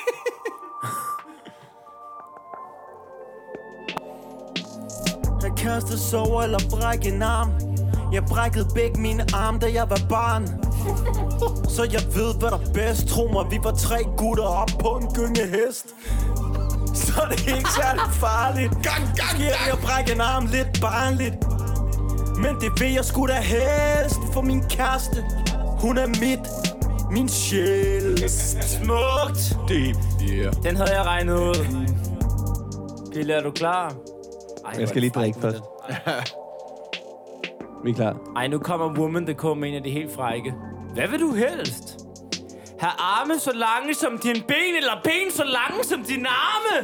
Ha' kærestesorger eller brække en arm. Jeg brækkede begge mine arme, da jeg var barn. Så jeg ved, hvad der er bedst. Tro mig, vi var tre gutter op på en gyngehest. Så det er ikke særlig farligt. Gang, gang, gang. Jeg brække en arm lidt barnligt. Men det vil jeg sgu da helst. For min kæreste, hun er mit. Min sjæl. Smukt. Deep, yeah. Den havde jeg regnet ud. Pille, er du klar? Ej, jeg skal lige drikke først. Vi er klar. Ej, nu kommer woman punktum d k med en af de helt frække. Hvad vil du helst? Have arme så lange som dine ben, eller ben så lange som dine arme?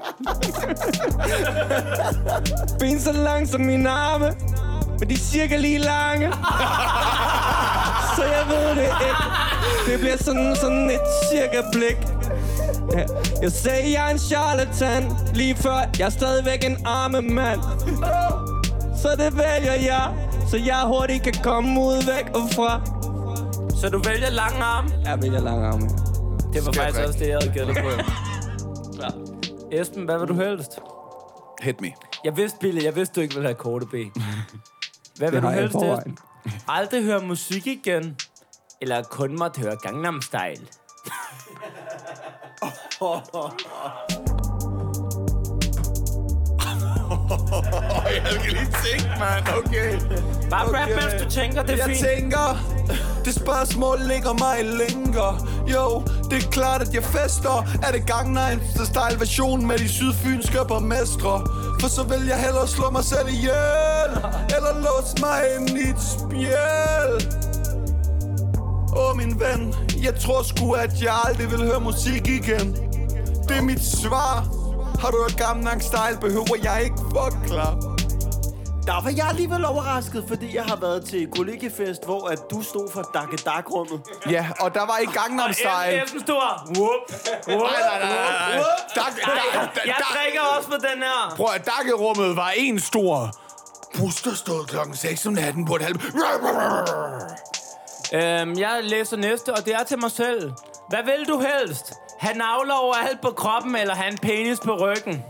Ben så lange som mine arme, men de er cirka lige lange. Så jeg ved det ikke. Det bliver sådan, sådan et cirka blik. Ja. Jeg sagde, jeg er en charlatan lige før. Jeg er stadigvæk en arme mand. Så det vælger jeg, så jeg hurtigt kan komme ud væk og fra. Så du vælger lange arme? Jeg vælger lange arme. Det var faktisk også det, jeg havde gættet på. Klar. Esben, hvad vil du helst? Hit me. Jeg vidste, Bille, jeg vidste, du ikke ville have korte ben. Hvad vil du helst, Esben? Aldrig høre musik igen? Eller kun måtte høre Gangnam Style? Jeg kan lige tænke, man. Okay. Bare okay. Rap, mens du tænker, det er jeg fint. Jeg tænker, det spørgsmål ligger mig længere. Jo, det er klart, at jeg fester. Er det Gangnam Style version med de sydfynske borgmestre? For så vil jeg hellere slå mig selv ihjel, eller låse mig ind i et spjæl. Åh, min ven, jeg tror sgu, at jeg aldrig vil høre musik igen. Det er mit svar. Har du hørt Gangnam Style, behøver jeg ikke forklare. Der var jeg alligevel overrasket, fordi jeg har været til kollegiefest, hvor at du stod for Dakke Dark-rummet. Ja, og der var ikke Gangnam Style. Og Esben stor. Whoop. Whoop. Jeg drikker også på den her. Prøv at Dakke-rummet var en stor... Buster stod klokken seks om natten på et halvt... Øhm, jeg læser næste, og det er til mig selv. Hvad vil du helst? Han navler overalt på kroppen, eller han penis på ryggen?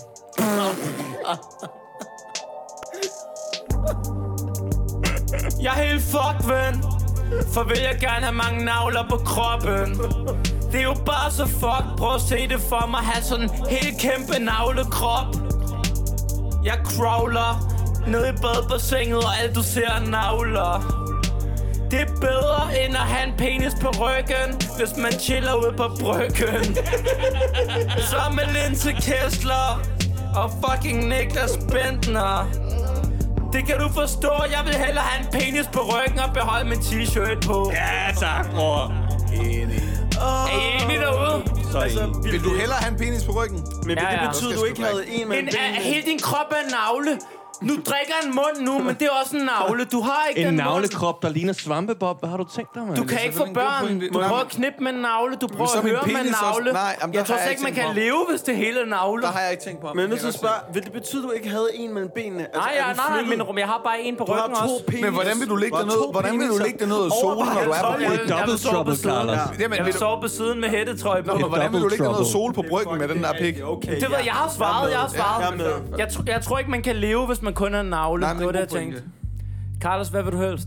Jeg er helt fucked, ven. For vil jeg gerne have mange navler på kroppen. Det er jo bare så fucked. Prøv at se det for mig. Have sådan en helt kæmpe navlekrop. Jeg crawler ned i badebassinet, og alt du ser er navler. Det er bedre end at have en penis på ryggen, hvis man chiller ude på bryggen. Så med Linse Kessler og fucking Niklas Bentner. Det kan du forstå. Jeg vil hellere have en penis på ryggen og beholde min t-shirt på. Ja, tak, bror. Enig. Er I enige derude? Så altså, vil du hellere have en penis på ryggen? Men ja, ja. det betyder, du ikke havde en med en, en ben. Hele din krop er en navle. Nu drikker en mund nu, men det er også en navle. Du har ikke en den navlekrop, der ligner svampebob. Hvad har du tænkt dig, man? Du kan ikke få børn. Du prøver at knippe med en navle. Du prøver at høre med en navle. Nej, jamen, jeg tror slet ikke, man kan leve, hvis det hele er navle. Der har jeg ikke tænkt på. Men nu så spørger, vil det betyde, du ikke havde en mellem benene? Altså, nej, ja, nej, nej, men jeg har bare en på ryggen også. Men hvordan vil du lægge det ned? Hvordan vil du lægge det ned og sole, når du er på bryggen? Jeg vil sove på siden. Jeg vil sove på siden med hættetrøje på. Hvordan vil du lægge det ned og sole på bryggen med den der pik? Det ved jeg har svaret, jeg har svaret. Jeg tror ikke, man kan leve, hvis man kun er en navle. Det var det, jeg tænkte. Carlos, hvad vil du helst?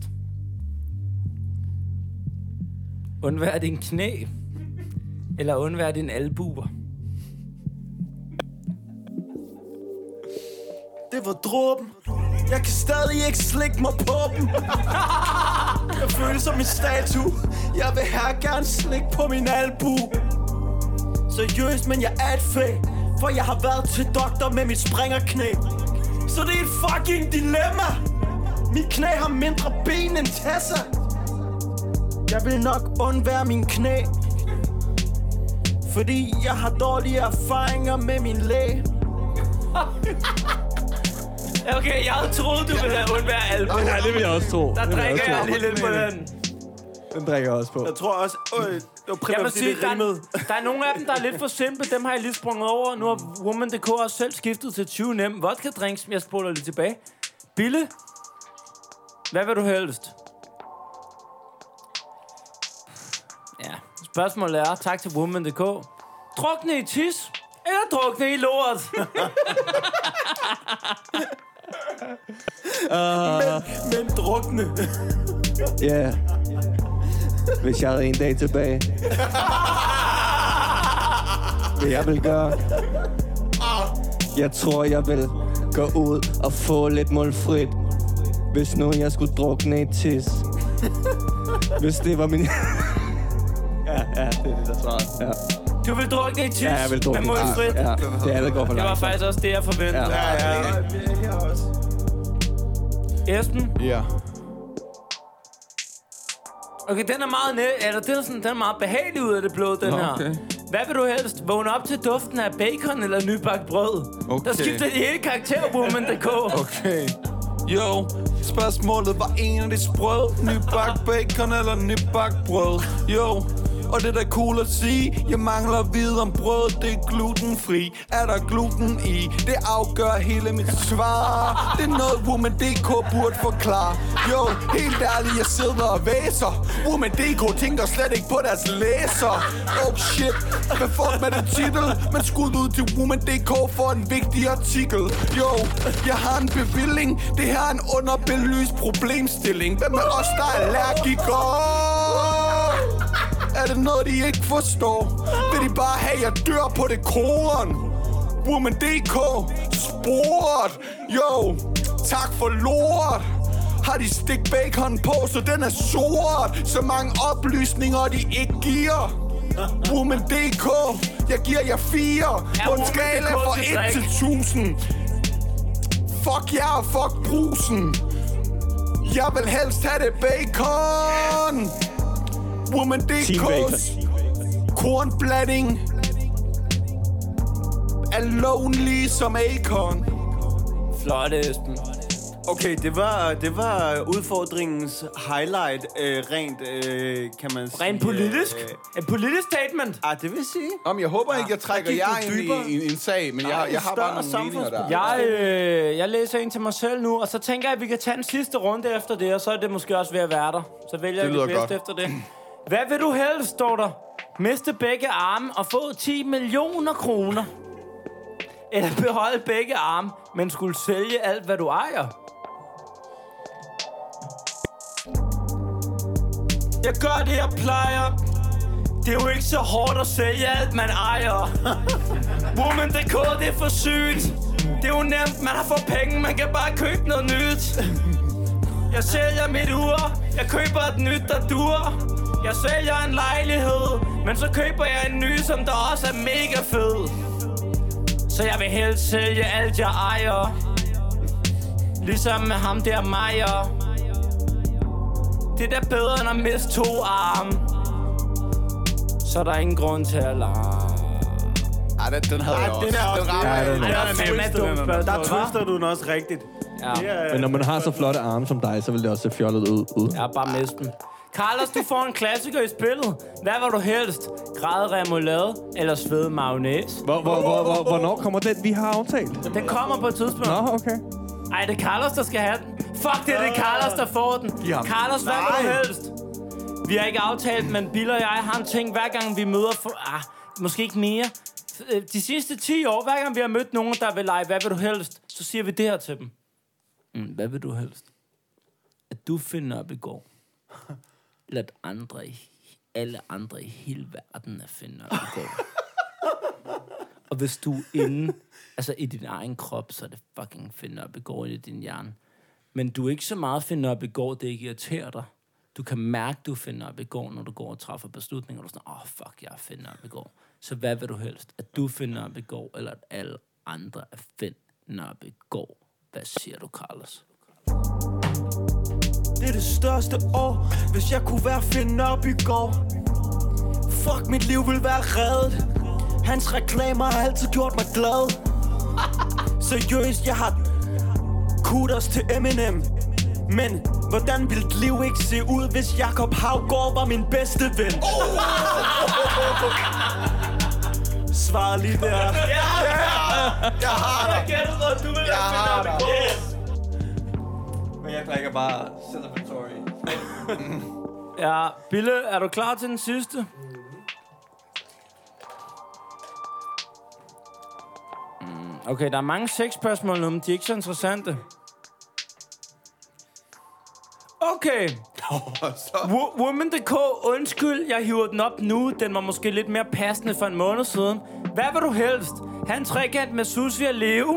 Undvær din knæ? Eller undvær din albuer? Det var dråben. Jeg kan stadig ikke slikke mig på dem. Jeg føler som en statue. Jeg vil her gerne slikke på min albu. Seriøst, men jeg er et fæ. For jeg har været til doktor med mit springerknæ. Så det er et fucking dilemma. Mit knæ har mindre ben end Tessa. Jeg vil nok undvære min knæ. Fordi jeg har dårlige erfaringer med min læge. Okay, jeg havde troet, du ville have undvære album. Nej, det vil jeg også tro. Der drikker jeg lige lidt på den. Den drikker jeg også på. Jeg tror også... Øh, det var primært, jeg må sige, det der, der er nogle af dem, der er lidt for simple. Dem har jeg lige sprunget over. Nu har Woman punktum d k også selv skiftet til tyve nem vodka drinks. Jeg spoler lidt tilbage. Bille, hvad vil du helst? Ja, spørgsmålet er, tak til Woman punktum d k. Drukne i tis, eller drukne i lort? uh, men, men drukne. Ja. Yeah. Hvis jeg havde en dag tilbage. Hvad jeg vil gøre? Jeg tror, jeg vil gå ud og få lidt målfrit. Hvis nu jeg skulle drukne i tis. Hvis det var min... ja, ja, det er det, der svarer. Ja. Du vil drukne i tis? Ja, jeg vil drukne i tis. Ja, ja, det er det går for langt. Det var faktisk også det, jeg forventede. Ja, ja, ja. Her også. Esben? Ja. Okay, den er meget næ- eller den er sådan, den er meget behagelig ud af det blå, den Nå, her. okay. Hvad vil du helst? Vågne op til duften af bacon eller nybagt brød? Okay. Der skifter de hele karakter, Woman punktum d k. Okay. Jo, spørgsmålet var en af de sprød. Nybagt bacon eller nybagt brød? Jo, og det er da cool at sige. Jeg mangler at vide om brød, det er glutenfri. Er der gluten i? Det afgør hele mit svar. Det er noget Woman punktum d k burde forklare. Jo, helt ærligt, jeg sidder og væser. Woman punktum d k tænker slet ikke på deres læser. Oh shit, hvad fuck med den titel? Men skud ud til Woman punktum d k for en vigtig artikel. Jo, jeg har en bevilling. Det her er en underbelyst problemstilling. Hvem er os, der er allergikere? Er det noget, de ikke forstår? Vil de bare have, jeg dør på det koren? Woman punktum d k Sport. Jo, tak for lort. Har de stik bacon på, så den er sort. Så mange oplysninger, de ikke giver. Woman punktum d k Jeg giver jer fire. På en skala fra et til tusind. Fuck jer og fuck brusen. Jeg vil helst have det bacon. Woman punktum d k's kornblanding er lonely som Akon. Flot, Esben. Okay, det var, det var udfordringens highlight, øh, rent, øh, kan man sige. Rent politisk? Øh, Et politisk statement? Ah, det vil sige. Om jeg håber ikke, jeg trækker gik jer du ind dybere. i, i, i en sag, men jeg, jeg har bare nogle meninger der. Jeg, øh, jeg læser en til mig selv nu, og så tænker jeg, at vi kan tage en sidste runde efter det, og så er det måske også ved at være der. Så vælger Det jeg det lyder bedste godt. efter det. Hvad vil du helst, står der? Miste begge arme og få ti millioner kroner? Eller beholde begge arme, men skulle sælge alt, hvad du ejer? Jeg gør det, jeg plejer. Det er jo ikke så hårdt at sælge alt, man ejer. Woman punktum d k, det er for sygt. Det er jo nemt, man har fået penge, man kan bare købe noget nyt. Jeg sælger mit ur, jeg køber et nyt, der dur. Jeg sælger en lejlighed, men så køber jeg en ny, som der også er mega fed. Så jeg vil helst sælge alt, jeg ejer. Ligesom med ham der Meyer. Det er da bedre end at miste to arme. Så er der ingen grund til at larme. Ej, den, den havde Ej, jeg også. den er også Den rammer Ej, jeg. den er fandme et dumt spørgsmål, Der hva'? twister du den også rigtigt. Ja. Det er- Men når man har så flotte arme som dig, så vil det også se fjollet ud. ud. Jeg er bare miste dem. Carlos, du får en klassiker i spillet. Hvad var du helst? Græde remoulade eller svede mayonnaise? Hvor, hvor, hvor, hvor, hvornår kommer den, vi har aftalt? Den kommer på et tidspunkt. Nå, okay. Ej, det er Carlos, der skal have den. Fuck, det er det Carlos, der får den. Ja. Carlos, hvad vil du helst? Vi har ikke aftalt, men Bill og jeg har en ting, hver gang vi møder... For, ah, måske ikke mere. De sidste ti år, hver gang vi har mødt nogen, der vil lege, hvad vil du helst? Så siger vi det her til dem. Mm, hvad vil du helst? At du finder op i går. Lad andre, i- alle andre i hele verden at finde op i går. Og hvis du er inde, altså i din egen krop, så er det fucking finde op i går i din hjerne. Men du er ikke så meget finde op i går, det ikke irriterer dig. Du kan mærke, du finder op i går, når du går og træffer beslutninger. Du er sådan, åh, oh, fuck, jeg finder op i går. Så hvad vil du helst? At du finder op i går, eller at alle andre er finder op i går? Hvad siger du, Carlos? Det er det største år, hvis jeg kunne være finde op i går. Fuck, mit liv vil være reddet. Hans reklamer har altid gjort mig glad. Seriøst, jeg har kudos til Eminem. Men hvordan ville dit liv ikke se ud, hvis Jakob Haugaard var min bedste ven? Svar lige der. Jeg har dig. Jeg gætter mig, du vil Jeg har dig. Men jeg drikker bare celebratory. Ja, Bille, er du klar til den sidste? Mm, okay, der er mange sexspørgsmål nu, men de er ikke så interessante. Okay. Wo- Woman punktum d k, undskyld, jeg hiver den op nu. Den var måske lidt mere passende for en måned siden. Hvad vil du helst? Ha' en trekant med Susie og Leo?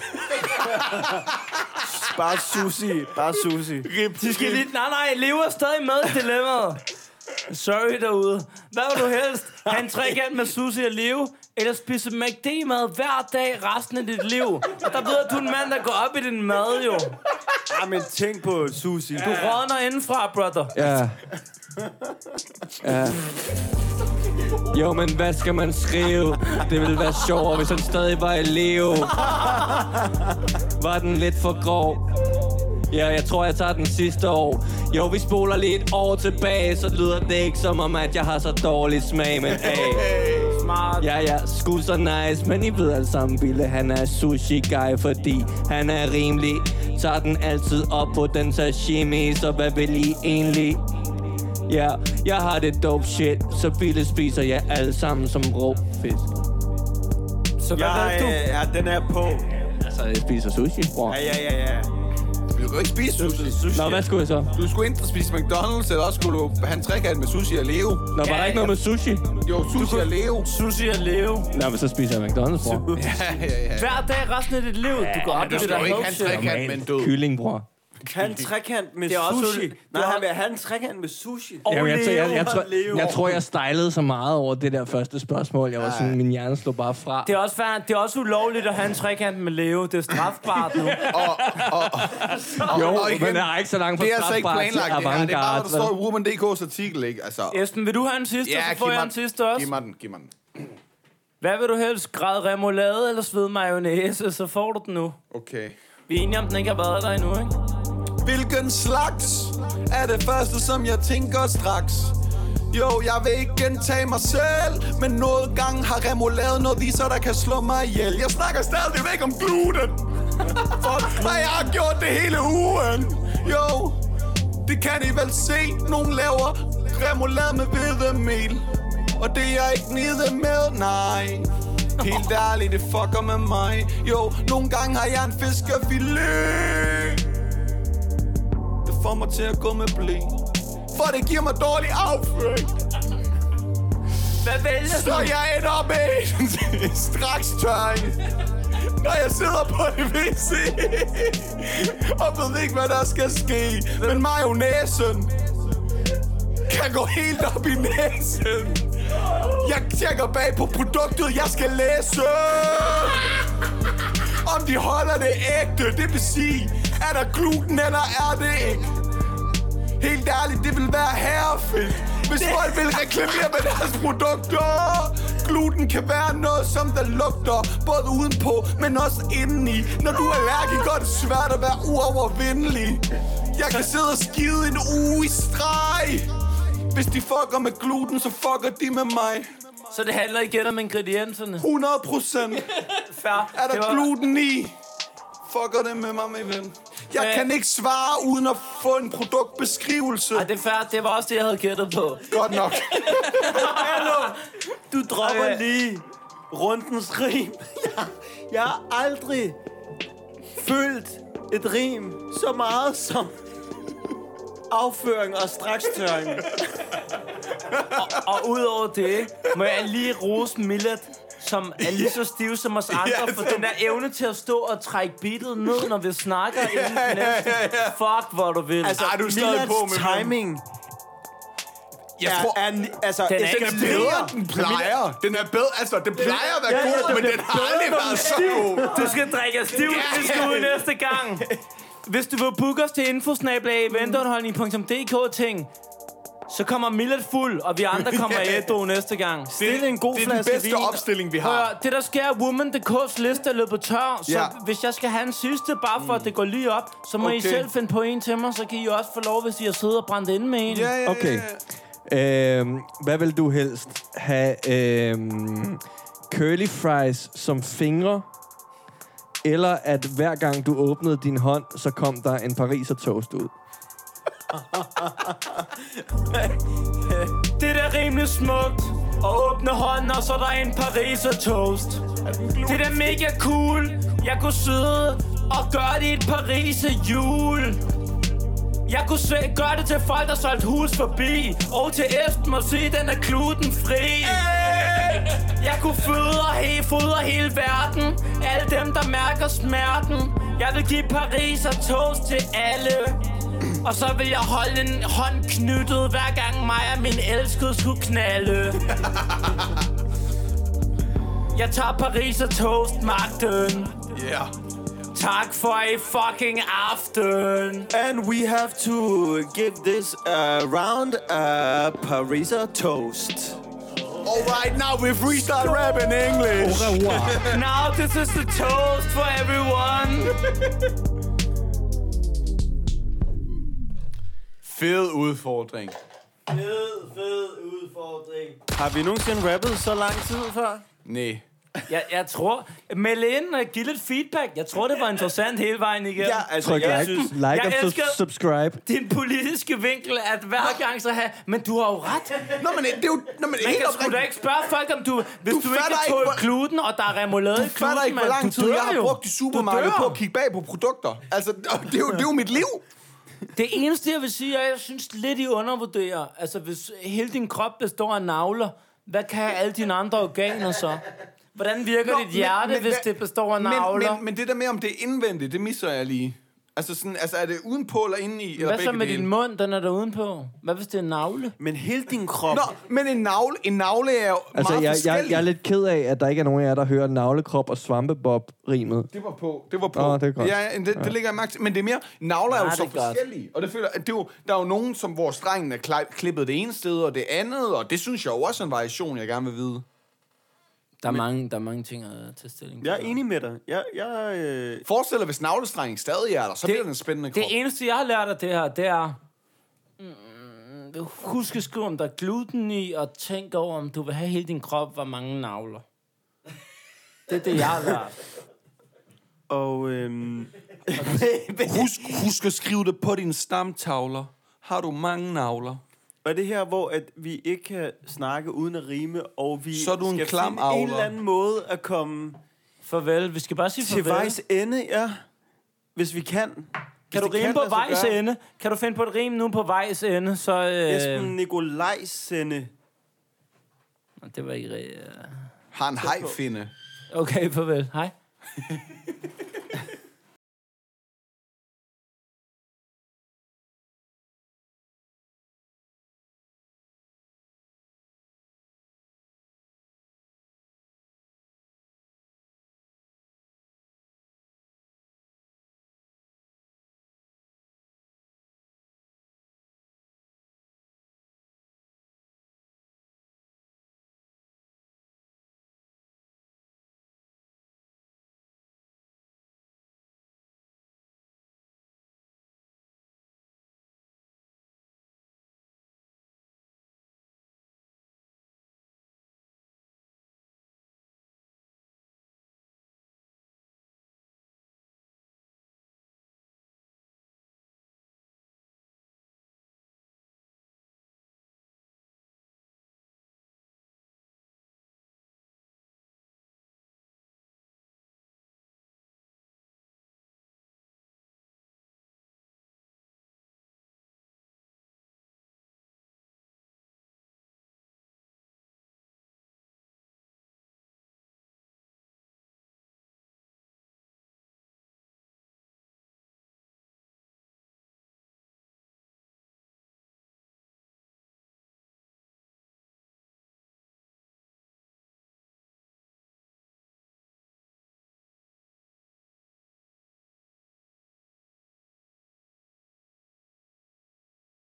Bare sushi, bare sushi. De skal lige... Nej, nej, Leo er stadig med i dilemmaet. Sorry derude. Hvad vil du helst? Ha' en trekant med Susie og Leo? Eller spise McD-mad hver dag resten af dit liv? Og der ved at du er en mand, der går op i din mad, jo. Ah, men tænk på sushi. Du rådner indenfra, brother. Ja. Ja. Jo, men hvad skal man skrive? Det ville være sjovere, hvis han stadig var i live. Var den lidt for grov? Ja, jeg tror, jeg tager den sidste år. Jo, vi spoler lige et år tilbage, så lyder det ikke som om, at jeg har så dårlig smag, men hey. Smart. Ja, ja, sgu så nice, men I ved alle sammen, Bille, han er sushi-guy, fordi han er rimelig. Tager den altid op på den sashimi, så hvad vil I egentlig? Ja, jeg har det dope shit, så Bille spiser jeg alle sammen som rå fisk. Så hvad Ja, ved du? ja, ja, den er på. Altså, jeg spiser sushi, bror. Ja, ja, ja, ja. Du kan jo ikke spise sushi. Nå, hvad skulle jeg så? Du skulle enten spise McDonald's, eller også skulle du have en trekant med sushi og Leo. Nå, var der ikke noget med sushi? Jo, sushi og Leo. Sushi og Leo. Nå, men så spiser jeg McDonald's, bror. Ja, ja, ja. Hver dag resten af dit liv. Du går op i Du det skal der jo ikke have en hope shit. trekant med en død. Kylling, bror. have en trekant med Det er også- sushi. det Nej, er- han vil have en trekant med sushi. Jamen, jeg, jeg, jeg, jeg, tror, Leo. jeg tror, jeg stylede så meget over det der første spørgsmål. Jeg var sådan, min hjerne slog bare fra. Det er, også fair, det er også ulovligt at have en trekant med Leo. Det er strafbart nu. Og, og, og, Jo, og igen, men der er ikke så langt fra det er altså ikke strafbart til planlagt. Det, her. det er bare, hvad der avantgarde. står i Woman punktum d k's artikel, ikke? Altså, Esben, vil du have en sidste, ja, så får giv jeg mig en sidste også? Giv mig den, giv mig den. Hvad vil du helst? Græd remoulade eller sved mayonnaise? Så får du den nu. Okay. Vi er enige om, den ikke har været der endnu, ikke? Hvilken slags er det første, som jeg tænker straks? Jo, jeg vil ikke gentage mig selv, men noget gang har remoulade noget i sig, der kan slå mig ihjel. Jeg snakker stadigvæk om gluten, for jeg har gjort det hele ugen. Jo, det kan I vel se. Nogen laver remoulade med hvedemel, og det er jeg ikke nede med, nej. Helt ærligt, det fucker med mig. Jo, nogle gange har jeg en fiskefilet. Det får mig til at gå med blæ, for det giver mig dårlig afføring. Hvad vælger Så jeg ender med en straks tørring, når jeg sidder på det W C og ved ikke, hvad der skal ske. Men mayonnaisen kan gå helt op i næsen. Jeg tjekker bag på produktet, jeg skal læse om de holder det ægte. Det vil sige, er der gluten, eller er det ikke? Helt ærligt, det vil være herrefedt, hvis det... folk vil reklamere med deres produkter. Gluten kan være noget, som der lugter, både udenpå, men også indeni. Når du er allergiker, er det svært at være uovervindelig. Jeg kan sidde og skide en uge i streg. Hvis de fucker med gluten, så fucker de med mig. Så det handler igen om ingredienserne? hundrede procent. Fair. Er der Det var- gluten i? Fucker det med mig, min ven. Jeg Men- kan ikke svare uden at få en produktbeskrivelse. Ej, det er fair. Det var også det, jeg havde gættet på. Godt nok. Hallo, du dropper Okay. lige rundens rim. Jeg, jeg har aldrig følt et rim så meget som afføring og strakstørring. Og, og udover det, må jeg lige rose Millet, som er lige så stiv som os andre, Ja, for det- den der evne til at stå og trække beatet ned, når vi snakker Ja, inden ja, næste. ja, ja. Fuck, hvor du vil. Altså, Ej, du er stadig Millets på med den. timing Jeg er, tror, er, altså, Den er den ikke er stiv. bedre, end den plejer. Den er bedre, altså, den plejer at være Ja, ja, god, den men bliver den har aldrig bedre, når været så den er god. Du skal drikke af stiv, Ja, hvis du ja. er næste gang. Hvis du vil booke os til infosnabel af eventunderholdning punktum d k ting, så kommer Millet fuld, og vi andre kommer Ja. ædru næste gang. Stil en god Det er den flaske bedste vin. opstilling, vi Hør, har. det der sker er Woman punktum d k's liste er løbet tør, så Ja. hvis jeg skal have en sidste, bare for at det går lige op, så må okay. I Okay. selv finde på en til mig, så kan I også få lov, hvis I har siddet og brændt inde med en. Ja, ja, Okay. ja. Øhm, hvad vil du helst have? Øhm, curly fries som fingre? Eller at hver gang du åbnede din hånd, så kom der en pariser toast ud? Det er da rimelig smukt. Og åbne hånden, og så er der en pariser toast. Det er da mega cool. Jeg kunne sidde og gøre det i et pariser jul. Jeg kunne se, gøre det til folk, der solgte hus forbi. Og til Esben og sige, den er glutenfri. Jeg kunne fodre, he, fodre hele verden. Alle dem, der mærker smerten. Jeg vil give pariser toast til alle. Og så vil jeg holde en hånd knyttet, hver gang mig og min elskede skulle knalde. Jeg tager pariser toast magten. Yeah. Tak for a fucking aften. And we have to give this a round a Pariser toast. All right, now we freestyle rap in English. Au revoir. Now this is the toast for everyone. Fed udfordring. Fed, fed udfordring. Har vi nogensinde rappet så lang tid før? Nej. Jeg, jeg tror... Meld ind og giv lidt feedback. Jeg tror, det var interessant hele vejen igennem. Ja, altså, Tryk jeg like, synes... like jeg og elsker- su- subscribe. Din politiske vinkel, at hver gang så have... Men du har jo ret. Nå, men det er jo... Nå, men Man helt kan sgu da oprigtigt. ikke spørge folk, om du... Hvis Du du, du ikke fatter kan ikke, tåle hvor- gluten, og der er remoulade i Du fatter gluten, ikke, hvor mand. lang Du tid dør jeg har jo. brugt i supermarkedet Du på dør. at kigge bag på produkter. Altså, det er jo, det er jo mit liv. Det eneste, jeg vil sige, er, at jeg synes lidt, I undervurderer. Altså, hvis hele din krop består af navler, hvad kan alle dine andre organer så? Hvordan virker Nå, dit hjerte, men- men hvis hvad- det består af Men, navler? men, men det der med, om det er indvendigt, det misser jeg lige. Altså, sådan, altså er det udenpå eller inde i? Eller Hvad så med dele? din mund, den er der udenpå? Hvad hvis det er en navle? Men hele din krop... Nå, men en navle, en navle er jo Altså, meget jeg, forskellig. jeg, jeg er lidt ked af, at der ikke er nogen af jer, der hører navlekrop og svampebob-rimet. Det var på. Det var på. Åh, det er godt. Ja, ja, det, Ja. det ligger i magt. Men det er mere... Navler er jo Nej, så det er godt. forskellige. Og det føler, at det er jo, der er jo nogen, som, hvor strengen er kli- klippet det ene sted, og det andet, og det synes jeg jo også er en variation, jeg gerne vil vide. Der er, mange, der er mange ting at tage stilling til. Jeg er enig med dig. Jeg, jeg, øh... Forestil dig, hvis navlestrengen stadig er der, så det, bliver det en spændende krop. Det eneste, jeg har lært af det her, det er... Mm, husk at skrive, om der er gluten i, og tænk over, om du vil have hele din krop, hvor mange navler. Det er det, jeg har lært. Og... Øhm... husk, husk at skrive det på dine stamtavler. Har du mange navler? Og det her, hvor at vi ikke kan snakke uden at rime, og vi Så er du en skal klam finde avler. en eller anden måde at komme Farvel. Vi skal bare sige til farvel. vejs ende, ja. Hvis vi kan. Kan du rime på vejs ende? Kan du finde på et rim nu på vejs ende? Så, øh... Esben Nikolajsende. Det var ikke... Øh... Har en hajfinde. Okay, farvel. Hej.